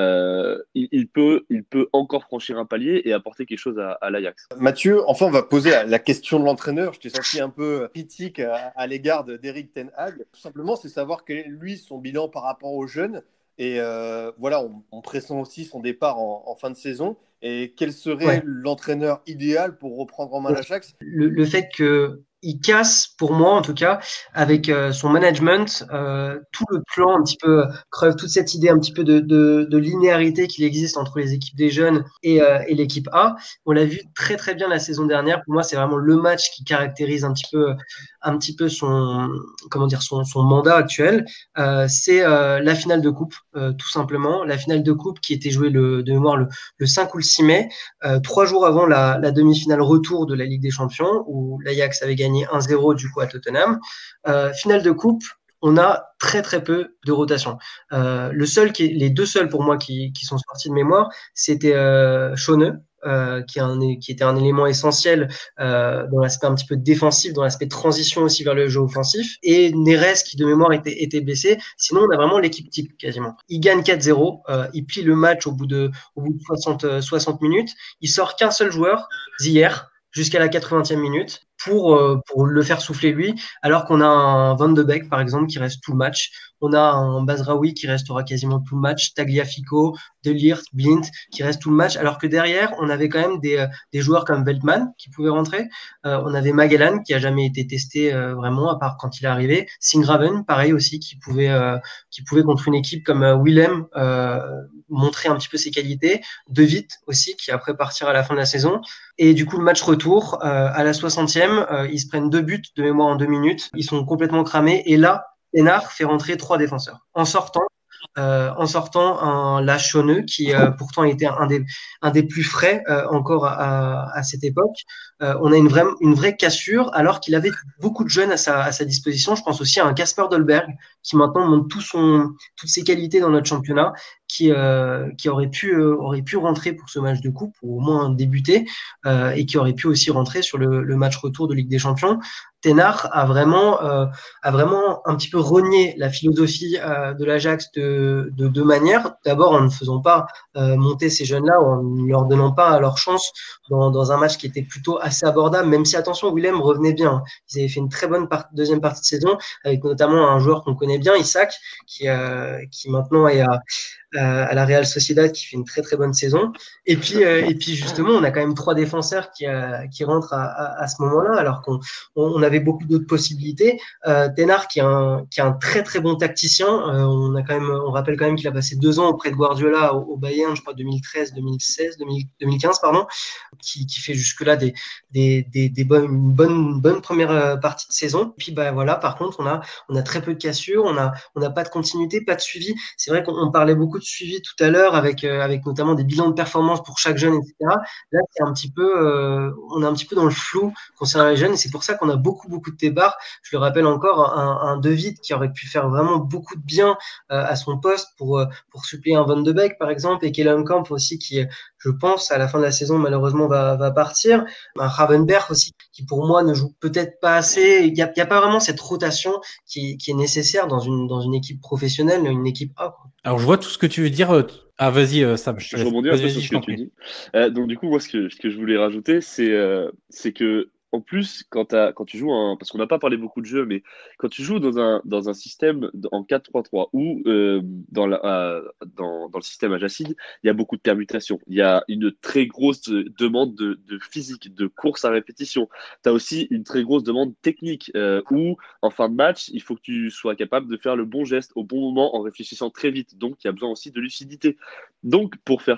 il peut encore franchir un palier et apporter quelque chose à l'Ajax. Mathieu, enfin, on va poser la question de l'entraîneur. Je t'ai senti un peu critique à l'égard d'Eric Ten Hag. Tout simplement, c'est savoir quel est, lui, son bilan par rapport aux jeunes. Et voilà, on pressent aussi son départ en fin de saison. Et quel serait l'entraîneur idéal pour reprendre en main l'Ajax? Le fait qu'il casse, pour moi en tout cas, avec son management, tout le plan un petit peu creuve toute cette idée un petit peu de linéarité qu'il existe entre les équipes des jeunes et l'équipe A. On l'a vu très très bien la saison dernière. Pour moi, c'est vraiment le match qui caractérise un petit peu son, comment dire, son mandat actuel. C'est la finale de coupe, tout simplement. La finale de coupe qui était jouée de mémoire le 5 ou le 6 mai. 3 jours avant la demi-finale retour de la Ligue des Champions, où l'Ajax avait gagné 1-0 du coup à Tottenham. Finale de coupe, on a très très peu de rotation. Les deux seuls pour moi qui sont sortis de mémoire, c'était Schöne, qui était un élément essentiel dans l'aspect un petit peu défensif, dans l'aspect transition aussi vers le jeu offensif, et Neres qui de mémoire était blessé. Sinon, on a vraiment l'équipe type quasiment. Il gagne 4-0, il plie le match au bout de 60 minutes. Il sort qu'un seul joueur, Zier, jusqu'à la 80e minute pour le faire souffler lui, alors qu'on a un Van de Beek, par exemple, qui reste tout le match. On a un Bazraoui qui restera quasiment tout le match, Tagliafico, De Ligt, Blind qui reste tout le match, alors que derrière, on avait quand même des joueurs comme Veltman qui pouvaient rentrer. On avait Magellan qui a jamais été testé vraiment, à part quand il est arrivé. Singraven, pareil aussi, qui pouvait contre une équipe comme Willem montrer un petit peu ses qualités. De Witt aussi, qui après partir à la fin de la saison. Et du coup, le match retour, à la 60e, ils se prennent 2 buts de mémoire en 2 minutes. Ils sont complètement cramés. Et là, Hénard fait rentrer 3 défenseurs. En sortant un Lachonneux qui pourtant était un des plus frais encore à cette époque. On a une vraie cassure alors qu'il avait beaucoup de jeunes à sa disposition. Je pense aussi à un Casper Dolberg qui maintenant montre toutes ses qualités dans notre championnat, qui aurait pu rentrer pour ce match de coupe ou au moins débuter et qui aurait pu aussi rentrer sur le match retour de Ligue des Champions. Ténard a vraiment un petit peu renié la philosophie de l'Ajax de deux manières. D'abord, en ne faisant pas monter ces jeunes-là, en ne leur donnant pas leur chance dans un match qui était plutôt assez abordable, même si, attention, Willem revenait bien. Ils avaient fait une très bonne deuxième partie de saison, avec notamment un joueur qu'on connaît bien, Isaac, qui maintenant est à la Real Sociedad, qui fait une très très bonne saison. Et puis justement, on a quand même 3 défenseurs qui rentrent à ce moment-là, alors qu'on avait beaucoup d'autres possibilités. Ténard, qui est un très très bon tacticien. On rappelle quand même qu'il a passé 2 ans auprès de Guardiola au Bayern, je crois 2013, 2016, 2015, pardon, qui fait jusque-là une bonne première partie de saison. Puis bah voilà, par contre, on a très peu de cassures, on n'a pas de continuité, pas de suivi. C'est vrai qu'on parlait beaucoup de suivi tout à l'heure avec notamment des bilans de performance pour chaque jeune, etc. Là, on est un petit peu dans le flou concernant les jeunes, et c'est pour ça qu'on a beaucoup de départs. Je le rappelle encore, un De Ligt qui aurait pu faire vraiment beaucoup de bien à son poste pour suppléer un Van de Beek, par exemple, et Kellenkamp aussi, qui, je pense, à la fin de la saison, malheureusement, va partir. Un Ravenberg aussi, qui pour moi ne joue peut-être pas assez. Il y a pas vraiment cette rotation qui est nécessaire dans une équipe professionnelle, une équipe A, quoi. Alors, je vois tout ce que tu veux dire. Ah, vas-y, Sam, je te Je laisse. rebondis un peu Vas-y, sur je ce que t'en tu prie. dis. Donc du coup, moi, ce que je voulais rajouter, c'est que en plus, quand tu joues parce qu'on n'a pas parlé beaucoup de jeux, mais quand tu joues dans un système en 4-3-3 ou dans le système Ajaxide, il y a beaucoup de permutations. Il y a une très grosse demande de physique, de course à répétition. Tu as aussi une très grosse demande technique où en fin de match, il faut que tu sois capable de faire le bon geste au bon moment en réfléchissant très vite. Donc, il y a besoin aussi de lucidité. Donc,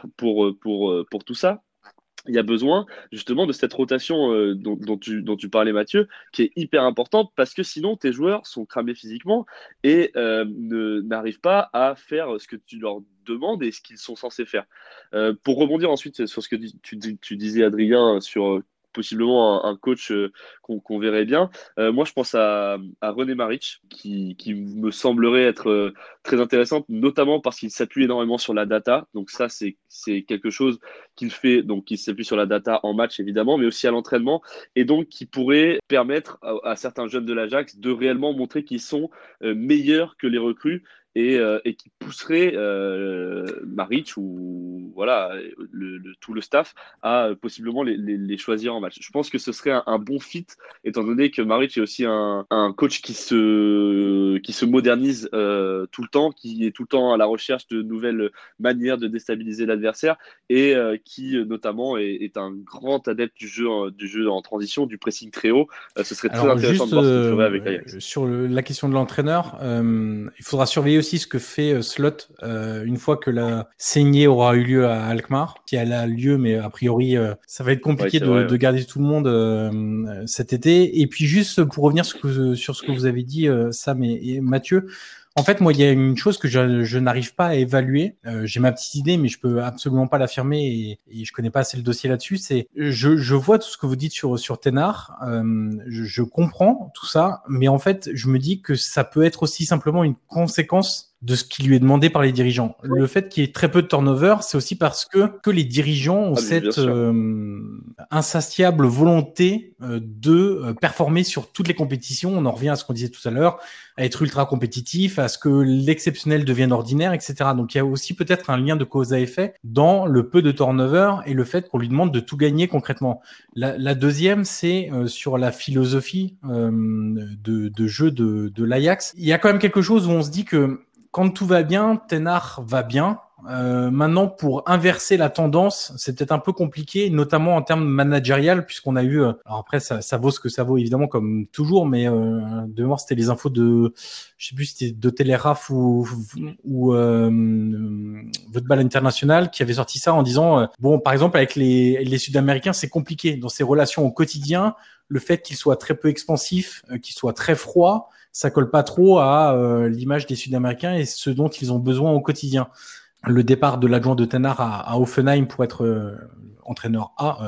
pour tout ça, il y a besoin justement de cette rotation dont tu parlais, Mathieu, qui est hyper importante parce que sinon tes joueurs sont cramés physiquement et n'arrivent pas à faire ce que tu leur demandes et ce qu'ils sont censés faire. Pour rebondir ensuite sur ce que tu disais, Adrien, sur possiblement un coach qu'on verrait bien. Moi, je pense à René Maric, qui me semblerait être très intéressante, notamment parce qu'il s'appuie énormément sur la data. Donc ça, c'est quelque chose qu'il fait, donc qui s'appuie sur la data en match évidemment, mais aussi à l'entraînement, et donc qui pourrait permettre à certains jeunes de l'Ajax de réellement montrer qu'ils sont meilleurs que les recrues et qui pousserait Maric ou voilà tout le staff à possiblement les choisir en match. Je pense que ce serait un bon fit, étant donné que Maric est aussi un coach qui se modernise tout le temps, qui est tout le temps à la recherche de nouvelles manières de déstabiliser l'adversaire et qui notamment est un grand adepte du jeu en transition, du pressing très haut. Ce serait très intéressant de voir ce qu'il ferait avec Ajax. Sur la question de l'entraîneur, il faudra surveiller aussi ce que fait Slot une fois que la saignée aura eu lieu à Alkmaar, si elle a lieu, mais a priori ça va être compliqué de garder tout le monde cet été. Et puis juste pour revenir sur ce que vous avez dit, Sam et Mathieu, en fait, moi, il y a une chose que je n'arrive pas à évaluer. J'ai ma petite idée, mais je peux absolument pas l'affirmer et je connais pas assez le dossier là-dessus. C'est, je vois tout ce que vous dites sur Ten Hag. Je comprends tout ça, mais en fait, je me dis que ça peut être aussi simplement une conséquence de ce qui lui est demandé par les dirigeants. Le fait qu'il y ait très peu de turnover, c'est aussi parce que les dirigeants ont cette insatiable volonté de performer sur toutes les compétitions. On en revient à ce qu'on disait tout à l'heure, à être ultra compétitif, à ce que l'exceptionnel devienne ordinaire, etc. Donc il y a aussi peut-être un lien de cause à effet dans le peu de turnover et le fait qu'on lui demande de tout gagner concrètement. La deuxième, c'est sur la philosophie de jeu de l'Ajax. Il y a quand même quelque chose où on se dit que quand tout va bien, Ten Hag va bien. Maintenant, pour inverser la tendance, c'est peut-être un peu compliqué, notamment en termes managérial, puisqu'on a eu. Alors après, ça vaut ce que ça vaut, évidemment, comme toujours, mais de mémoire, c'était les infos de, je sais plus, si c'était de Telegraph ou Football International qui avait sorti ça en disant bon, par exemple, avec les Sud-Américains, c'est compliqué dans ses relations au quotidien. Le fait qu'il soit très peu expansif, qu'il soit très froid, ça colle pas trop à l'image des Sud-Américains et ce dont ils ont besoin au quotidien. Le départ de l'adjoint de Ten Hag à Hoffenheim pour être entraîneur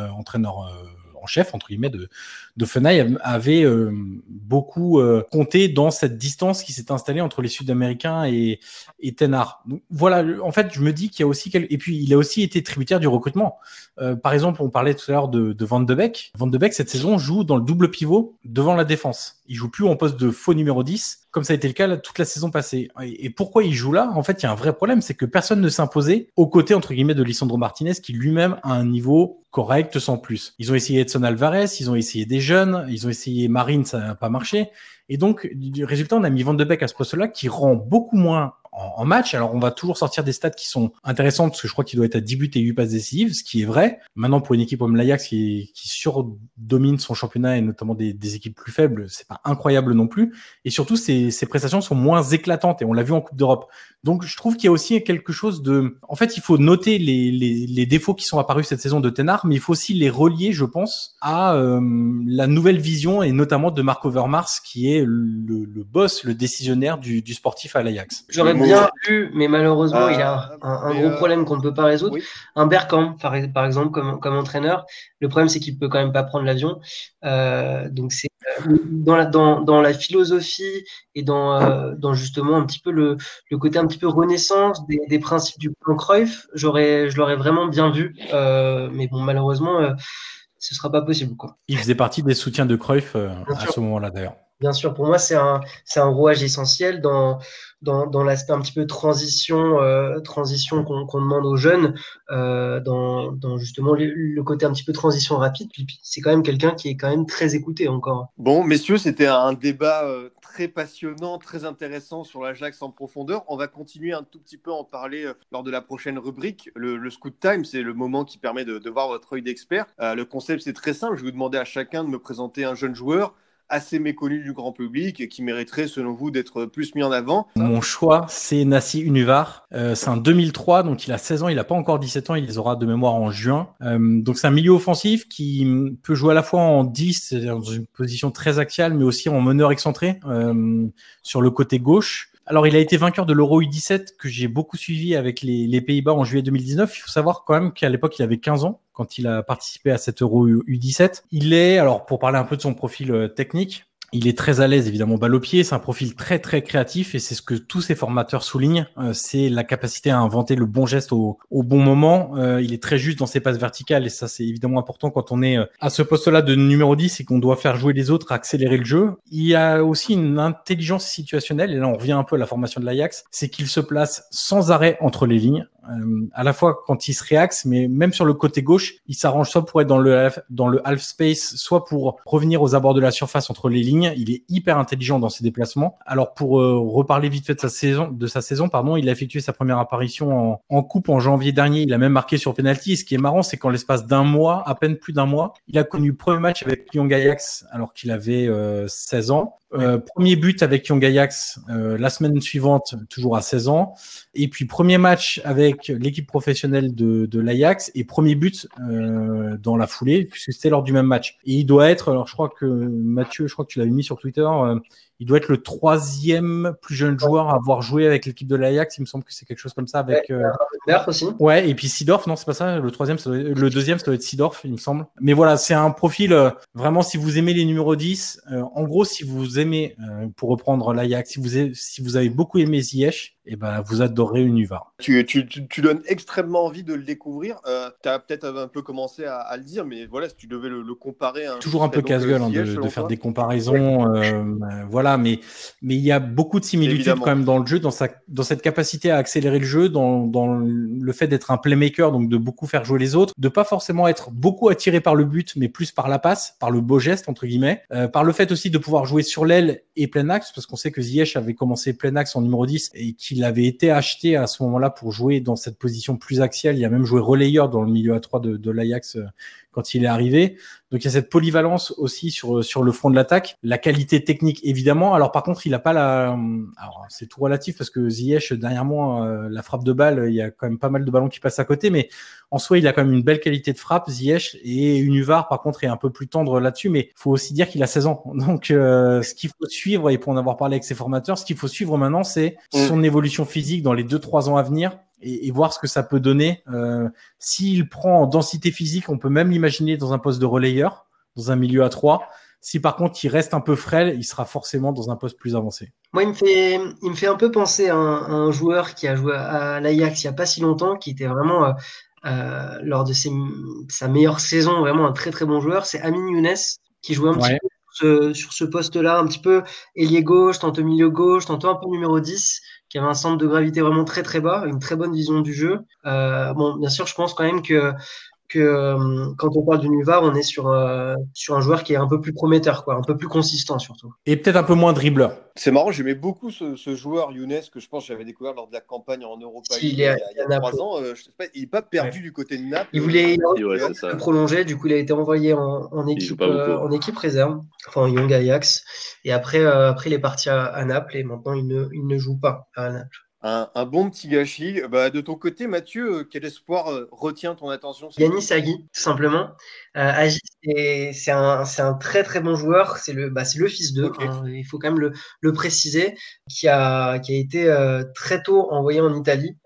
en chef entre guillemets de Hoffenheim avait beaucoup compté dans cette distance qui s'est installée entre les Sud-Américains et Ten Hag. Donc, voilà, en fait, je me dis qu'il y a aussi et puis il a aussi été tributaire du recrutement. Par exemple, on parlait tout à l'heure de Van de Beek. Van de Beek cette saison joue dans le double pivot devant la défense. Il joue plus en poste de faux numéro 10 comme ça a été le cas toute la saison passée. Et pourquoi il joue là? En fait, il y a un vrai problème, c'est que personne ne s'imposait aux côtés, entre guillemets, de Lisandro Martinez, qui lui-même a un niveau correct sans plus. Ils ont essayé Edson Alvarez, ils ont essayé des jeunes, ils ont essayé Marine, ça n'a pas marché. Et donc, du résultat, on a mis Van de Beek à ce poste-là qui rend beaucoup moins en match. Alors, on va toujours sortir des stats qui sont intéressantes parce que je crois qu'il doit être à 10 buts et 8 passes décisives, ce qui est vrai. Maintenant, pour une équipe comme l'Ajax qui surdomine son championnat et notamment des équipes plus faibles, c'est pas incroyable non plus. Et surtout, ses prestations sont moins éclatantes et on l'a vu en Coupe d'Europe. Donc, je trouve qu'il y a aussi quelque chose de... En fait, il faut noter les défauts qui sont apparus cette saison de Ten Hag, mais il faut aussi les relier, je pense, à la nouvelle vision et notamment de Marc Overmars qui est le boss, le décisionnaire du sportif à l'Ajax. J'aurais bien vu, mais malheureusement, il a un gros problème qu'on ne peut pas résoudre. Oui. Un Bergkamp, par exemple, comme entraîneur, le problème, c'est qu'il peut quand même pas prendre l'avion. Donc, c'est dans la philosophie et dans justement un petit peu le côté un petit peu renaissance des principes du plan Cruyff, je l'aurais vraiment bien vu. Mais bon, malheureusement, ce sera pas possible, quoi. Il faisait partie des soutiens de Cruyff à ce moment-là, d'ailleurs. Bien sûr, pour moi, c'est un rouage essentiel dans l'aspect un petit peu transition qu'on demande aux jeunes, dans justement le côté un petit peu transition rapide. Puis c'est quand même quelqu'un qui est quand même très écouté encore. Bon, messieurs, c'était un débat très passionnant, très intéressant sur l'Ajax en profondeur. On va continuer un tout petit peu à en parler lors de la prochaine rubrique. Le Scout Time, c'est le moment qui permet de voir votre œil d'expert. Le concept, c'est très simple. Je vais vous demander à chacun de me présenter un jeune joueur assez méconnu du grand public et qui mériterait, selon vous, d'être plus mis en avant. Mon choix, c'est Nassi Unuvar. C'est un 2003, donc il a 16 ans, il n'a pas encore 17 ans, il les aura de mémoire en juin. Donc c'est un milieu offensif qui peut jouer à la fois en 10, c'est-à-dire dans une position très axiale, mais aussi en meneur excentré sur le côté gauche. Alors, il a été vainqueur de l'Euro U17 que j'ai beaucoup suivi avec les Pays-Bas en juillet 2019. Il faut savoir quand même qu'à l'époque, il avait 15 ans quand il a participé à cet Euro U17. Il est, alors pour parler un peu de son profil technique, il est très à l'aise, évidemment, balle au pied. C'est un profil très, très créatif et c'est ce que tous ses formateurs soulignent. C'est la capacité à inventer le bon geste au bon moment. Il est très juste dans ses passes verticales et ça, c'est évidemment important quand on est à ce poste-là de numéro 10 et qu'on doit faire jouer les autres, accélérer le jeu. Il y a aussi une intelligence situationnelle et là, on revient un peu à la formation de l'Ajax. C'est qu'il se place sans arrêt entre les lignes. À la fois quand il se réaxe, mais même sur le côté gauche, il s'arrange soit pour être dans le half space, soit pour revenir aux abords de la surface entre les lignes. Il est hyper intelligent dans ses déplacements. Alors pour reparler vite fait de sa saison, il a effectué sa première apparition en coupe en janvier dernier. Il a même marqué sur penalty. Et ce qui est marrant, c'est qu'en l'espace d'un mois, à peine plus d'un mois, il a connu le premier match avec Young Ajax alors qu'il avait 16 ans. Premier but avec Young Ajax la semaine suivante, toujours à 16 ans. Et puis premier match avec l'équipe professionnelle de l'Ajax et premier but dans la foulée, puisque c'était lors du même match. Et il doit être, alors je crois que Mathieu, tu l'avais mis sur Twitter, il doit être le 3e plus jeune joueur à avoir joué avec l'équipe de l'Ajax. Il me semble que c'est quelque chose comme ça avec. Aussi. Ouais, et puis Seedorf, non, c'est pas ça. Le 3e, le 2e, ça doit être Seedorf, il me semble. Mais voilà, c'est un profil vraiment. Si vous aimez les numéros 10, en gros, si vous aimez, pour reprendre l'Ajax, si vous avez beaucoup aimé Ziyech, et ben vous adorerez Univar. Tu donnes extrêmement envie de le découvrir. Tu as peut-être un peu commencé à le dire, mais voilà, si tu devais le comparer. Toujours un peu casse-gueule de faire des comparaisons. Voilà, mais il y a beaucoup de similitudes évidemment quand même dans le jeu, dans cette capacité à accélérer le jeu, dans le fait d'être un playmaker, donc de beaucoup faire jouer les autres, de pas forcément être beaucoup attiré par le but, mais plus par la passe, par le beau geste entre guillemets, par le fait aussi de pouvoir jouer sur l'aile et plein axe, parce qu'on sait que Ziyech avait commencé plein axe en numéro 10 et qu'il avait été acheté à ce moment-là pour jouer dans cette position plus axiale. Il a même joué relayeur dans le milieu à 3 de l'Ajax quand il est arrivé. Donc il y a cette polyvalence aussi sur le front de l'attaque, la qualité technique évidemment. Alors par contre, il a pas alors c'est tout relatif parce que Ziyech derrière moi, la frappe de balle, il y a quand même pas mal de ballons qui passent à côté, mais en soi, il a quand même une belle qualité de frappe, Ziyech, et Univar par contre est un peu plus tendre là-dessus, mais faut aussi dire qu'il a 16 ans. Donc ce qu'il faut suivre, et pour en avoir parlé avec ses formateurs, ce qu'il faut suivre maintenant, c'est son évolution physique dans les 2-3 ans à venir. Et voir ce que ça peut donner. S'il prend en densité physique, on peut même l'imaginer dans un poste de relayeur, dans un milieu à 3. Si par contre il reste un peu frêle, il sera forcément dans un poste plus avancé. Moi, il me fait un peu penser à un joueur qui a joué à l'Ajax il n'y a pas si longtemps, qui était vraiment lors de sa meilleure saison, vraiment un très très bon joueur. C'est Amin Younes, qui jouait un petit peu sur ce poste-là, un petit peu ailier gauche, tantôt milieu gauche, tantôt un peu numéro 10, qui avait un centre de gravité vraiment très très bas, une très bonne vision du jeu. Bon, bien sûr, je pense quand même que quand on parle du Nuvar, on est sur un joueur qui est un peu plus prometteur, quoi, un peu plus consistant surtout. Et peut-être un peu moins dribbleur. C'est marrant, j'aimais beaucoup ce joueur Younes que je pense que j'avais découvert lors de la campagne en Europa League il y a 3 ans. Je sais pas, il n'est pas perdu du côté de Naples. Il voulait prolonger, du coup il a été envoyé en équipe réserve, enfin en Young Ajax. Et après il est parti à Naples et maintenant il ne joue pas à Naples. Un bon petit gâchis. De ton côté, Mathieu, quel espoir retient ton attention? Yanis Aghi, tout simplement. Aghi, c'est un très très bon joueur. C'est le fils d'eux. Okay. Il faut quand même le préciser, qui a été très tôt envoyé en Italie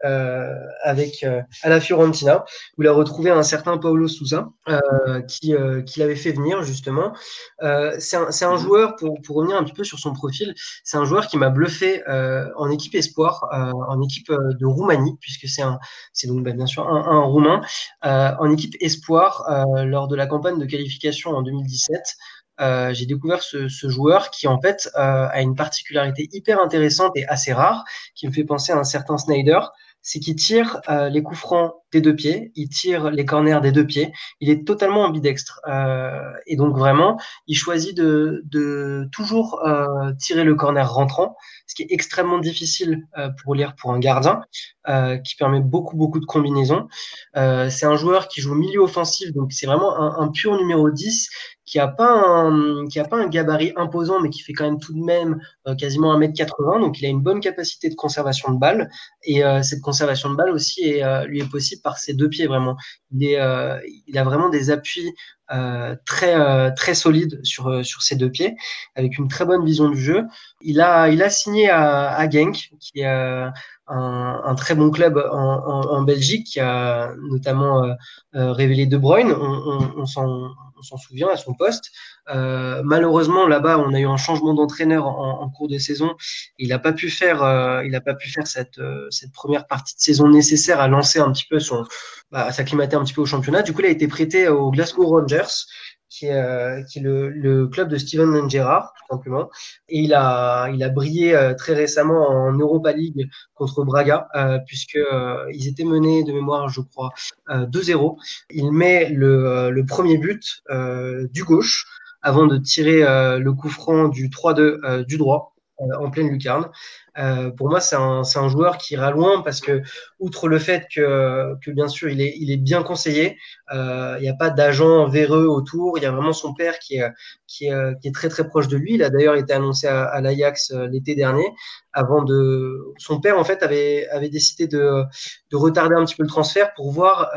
à la Fiorentina, où il a retrouvé un certain Paulo Sousa qui l'avait fait venir justement. C'est un joueur, pour revenir un petit peu sur son profil, c'est un joueur qui m'a bluffé en équipe espoir, en équipe de Roumanie, puisque c'est donc bien sûr un Roumain, en équipe espoir lors de la campagne de qualification en 2017. J'ai découvert ce joueur qui en fait a une particularité hyper intéressante et assez rare, qui me fait penser à un certain Sneijder, c'est qu'il tire les coups francs des 2 pieds, il tire les corners des 2 pieds, il est totalement ambidextre et donc vraiment il choisit de toujours tirer le corner rentrant, ce qui est extrêmement difficile pour un gardien, qui permet beaucoup de combinaisons. C'est un joueur qui joue milieu offensif, donc c'est vraiment un pur numéro 10 qui a pas un gabarit imposant, mais qui fait quand même tout de même quasiment 1,80 m. Donc, il a une bonne capacité de conservation de balle. Et cette conservation de balle aussi lui est possible par ses deux pieds, vraiment. Il a vraiment des appuis très solides sur ses deux pieds, avec une très bonne vision du jeu. Il a signé à Genk, qui est un très bon club en Belgique, qui a notamment révélé De Bruyne. On s'en souvient à son poste. Malheureusement, là-bas, on a eu un changement d'entraîneur en cours de saison. Il n'a pas pu faire cette première partie de saison nécessaire à lancer un petit peu à s'acclimater un petit peu au championnat. Du coup, il a été prêté au Glasgow Rangers, qui est le club de Steven Gerrard, tout simplement. Et il a brillé très récemment en Europa League contre Braga, puisque ils étaient menés de mémoire, je crois, 2-0. Il met le premier but du gauche avant de tirer le coup franc du 3-2 du droit en pleine lucarne. Pour moi, c'est un joueur qui ira loin parce que, outre le fait que bien sûr, il est bien conseillé, il n'y a pas d'agent véreux autour. Il y a vraiment son père qui est très très proche de lui. Il a d'ailleurs été annoncé à l'Ajax l'été dernier. Son père en fait avait décidé de retarder un petit peu le transfert pour voir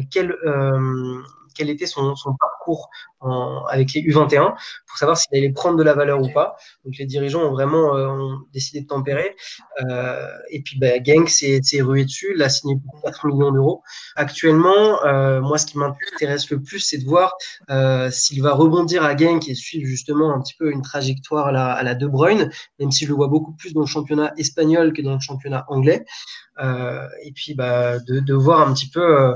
quel était son parcours avec les U21 pour savoir s'il allait prendre de la valeur ou pas. Donc les dirigeants ont décidé de tempérer. Et puis Genk s'est rué dessus, il a signé pour 4 millions d'euros. Actuellement, moi ce qui m'intéresse le plus, c'est de voir s'il va rebondir à Genk et suivre justement un petit peu une trajectoire à la De Bruyne, même si je le vois beaucoup plus dans le championnat espagnol que dans le championnat anglais. Et puis de voir un petit peu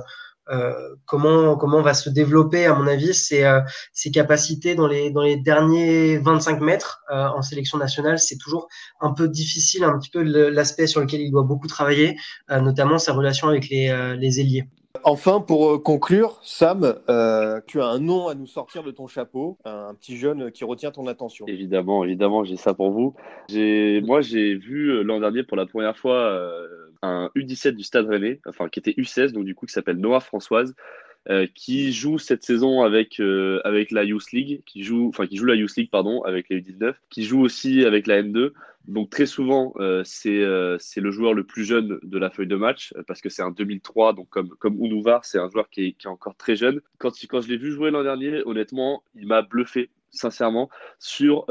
comment va se développer, à mon avis, ses capacités dans les derniers 25 mètres en sélection nationale. C'est toujours un peu difficile, un petit peu l'aspect sur lequel il doit beaucoup travailler, notamment sa relation avec les ailiers. Enfin, pour conclure, Sam, tu as un nom à nous sortir de ton chapeau, un petit jeune qui retient ton attention. Évidemment, j'ai ça pour vous. Moi, j'ai vu l'an dernier pour la première fois un U17 du Stade Rennais, enfin qui était U16, donc du coup qui s'appelle Noah Françoise, qui joue cette saison avec la Youth League, qui joue la Youth League pardon avec les U19, qui joue aussi avec la N2. Donc très souvent c'est le joueur le plus jeune de la feuille de match parce que c'est un 2003, donc comme Unouvar, c'est un joueur qui est encore très jeune. Quand je l'ai vu jouer l'an dernier, honnêtement, il m'a bluffé sincèrement sur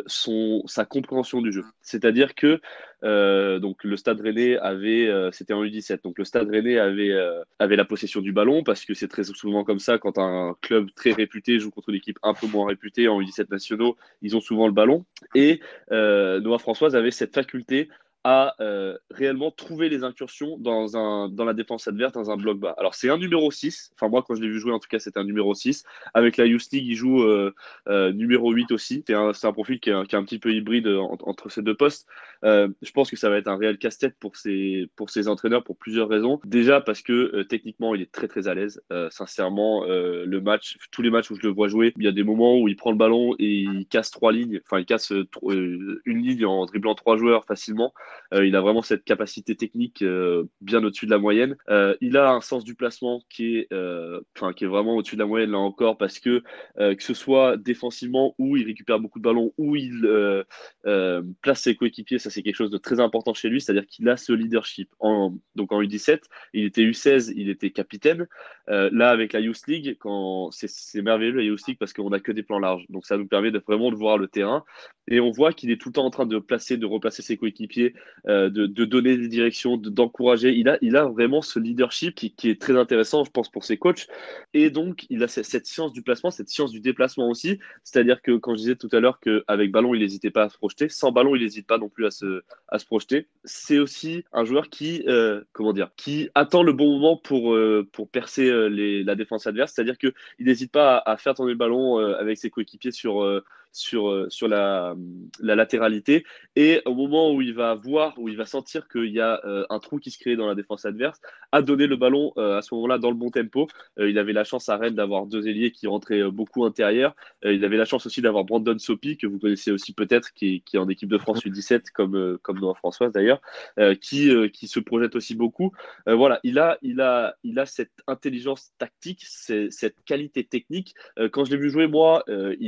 sa compréhension du jeu. C'est-à-dire que donc le Stade Rennais c'était en U17, donc le Stade Rennais avait la possession du ballon parce que c'est très souvent comme ça quand un club très réputé joue contre une équipe un peu moins réputée en U17 nationaux, ils ont souvent le ballon. Et Noah Françoise avait cette faculté à réellement trouver les incursions dans la défense adverse, dans un bloc bas. Alors, c'est un numéro 6. Enfin, moi, quand je l'ai vu jouer, en tout cas, c'était un numéro 6. Avec la Youth League, il joue numéro 8 aussi. C'est un profil qui est un petit peu hybride entre ces deux postes. Je pense que ça va être un réel casse-tête pour ces entraîneurs pour plusieurs raisons. Déjà, parce que techniquement, il est très, très à l'aise. Sincèrement, tous les matchs où je le vois jouer, il y a des moments où il prend le ballon et il casse 3 lignes. Enfin, il casse une ligne en dribblant 3 joueurs facilement. Il a vraiment cette capacité technique bien au-dessus de la moyenne. Il a un sens du placement qui est vraiment au-dessus de la moyenne là encore parce que ce soit défensivement où il récupère beaucoup de ballons, où il place ses coéquipiers, ça c'est quelque chose de très important chez lui, c'est-à-dire qu'il a ce leadership. Donc en U17, il était U16, il était capitaine. Là avec la Youth League, c'est merveilleux la Youth League parce qu'on n'a que des plans larges, donc ça nous permet vraiment de voir le terrain et on voit qu'il est tout le temps en train de replacer ses coéquipiers, de donner des directions, d'encourager. Il a vraiment ce leadership qui est très intéressant, je pense, pour ses coachs. Et donc, il a cette science du placement, cette science du déplacement aussi. C'est-à-dire que quand je disais tout à l'heure qu'avec ballon, il n'hésitait pas à se projeter, sans ballon, il n'hésite pas non plus à se projeter. C'est aussi un joueur qui attend le bon moment pour percer la défense adverse. C'est-à-dire qu'il n'hésite pas à faire tourner le ballon avec ses coéquipiers sur sur la latéralité. Et au moment où il va sentir qu'il y a un trou qui se crée dans la défense adverse, a donné le ballon à ce moment-là dans le bon tempo. Il avait la chance à Rennes d'avoir 2 ailiers qui rentraient beaucoup intérieur. Il avait la chance aussi d'avoir Brandon Sopi, que vous connaissez aussi peut-être, qui est en équipe de France U17, comme Noah Françoise d'ailleurs, qui se projette aussi beaucoup. Voilà, il a cette intelligence tactique, cette qualité technique. Quand je l'ai vu jouer, moi,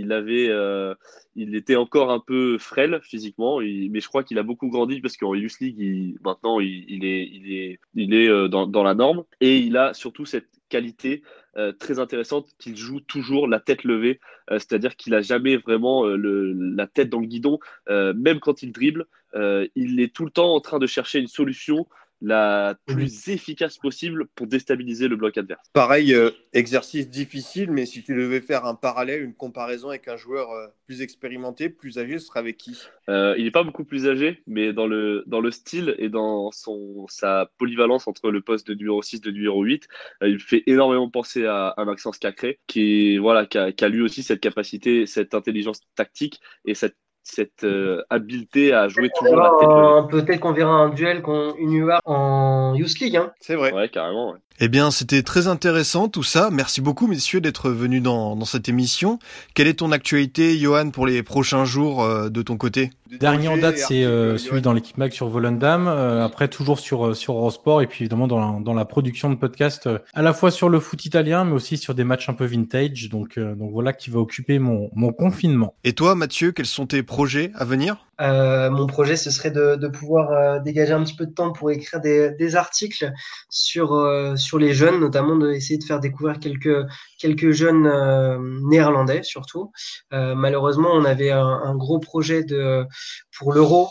il était encore un peu frêle physiquement, mais je crois qu'il a beaucoup grandi parce qu'en Youth League, maintenant, il est dans la norme. Et il a surtout cette qualité très intéressante qu'il joue toujours la tête levée, c'est-à-dire qu'il a jamais vraiment la tête dans le guidon, même quand il dribble, il est tout le temps en train de chercher une solution la plus efficace possible pour déstabiliser le bloc adverse. Pareil, exercice difficile, mais si tu devais faire un parallèle, une comparaison avec un joueur plus expérimenté, plus âgé, ce serait avec qui ? Il n'est pas beaucoup plus âgé, mais dans le style et dans sa polyvalence entre le poste de numéro 6 et de numéro 8, il fait énormément penser à Maxence Cacré, qui a lui aussi cette capacité, cette intelligence tactique et cette habileté à jouer toujours la tête levée. Peut-être qu'on verra un duel contre UR en Youth League. Hein. C'est vrai. Ouais, carrément. Ouais. Eh bien, c'était très intéressant tout ça. Merci beaucoup, messieurs, d'être venus dans cette émission. Quelle est ton actualité, Johan, pour les prochains jours de ton côté ? Dernier en date, c'est celui dans l'équipe Mag sur Volendam. Après, toujours sur Eurosport et puis évidemment dans la production de podcasts, à la fois sur le foot italien, mais aussi sur des matchs un peu vintage. Donc voilà qui va occuper mon confinement. Et toi, Mathieu, quels sont tes projets à venir ? Mon projet, ce serait de pouvoir dégager un petit peu de temps pour écrire des articles sur les jeunes, notamment d'essayer de faire découvrir quelques jeunes néerlandais surtout. Malheureusement, on avait un gros projet pour l'Euro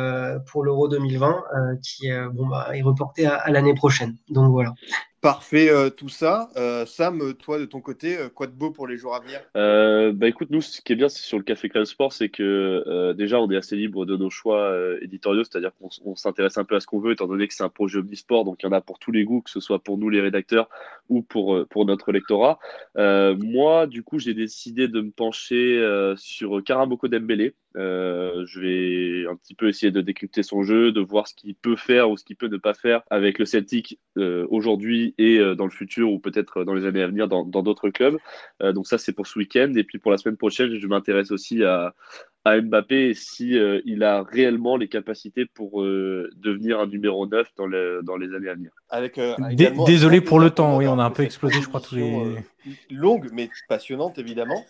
2020 qui est reporté à l'année prochaine. Donc voilà. Parfait tout ça. Sam, toi de ton côté, quoi de beau pour les jours à venir ? Écoute, nous, ce qui est bien sur le Café Club Sport, c'est que déjà, on est assez libre de nos choix éditoriaux, c'est-à-dire qu'on s'intéresse un peu à ce qu'on veut, étant donné que c'est un projet omnisport, donc il y en a pour tous les goûts, que ce soit pour nous les rédacteurs ou pour notre lectorat. Moi, du coup, j'ai décidé de me pencher sur Karamoko Dembélé. Je vais un petit peu essayer de décrypter son jeu, de voir ce qu'il peut faire ou ce qu'il peut ne pas faire avec le Celtic aujourd'hui et dans le futur ou peut-être dans les années à venir dans d'autres clubs. Donc ça, c'est pour ce week-end. Et puis pour la semaine prochaine, je m'intéresse aussi à Mbappé et si il a réellement les capacités pour devenir un numéro 9 dans les années à venir. Désolé pour le temps, oui, on a un peu explosé, je crois, tous les... Longue, mais passionnante, évidemment.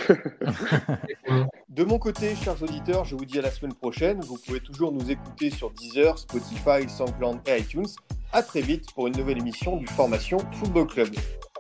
De mon côté, chers auditeurs, je vous dis à la semaine prochaine. Vous pouvez toujours nous écouter sur Deezer, Spotify, SoundCloud et iTunes. À très vite pour une nouvelle émission du Formation Football Club.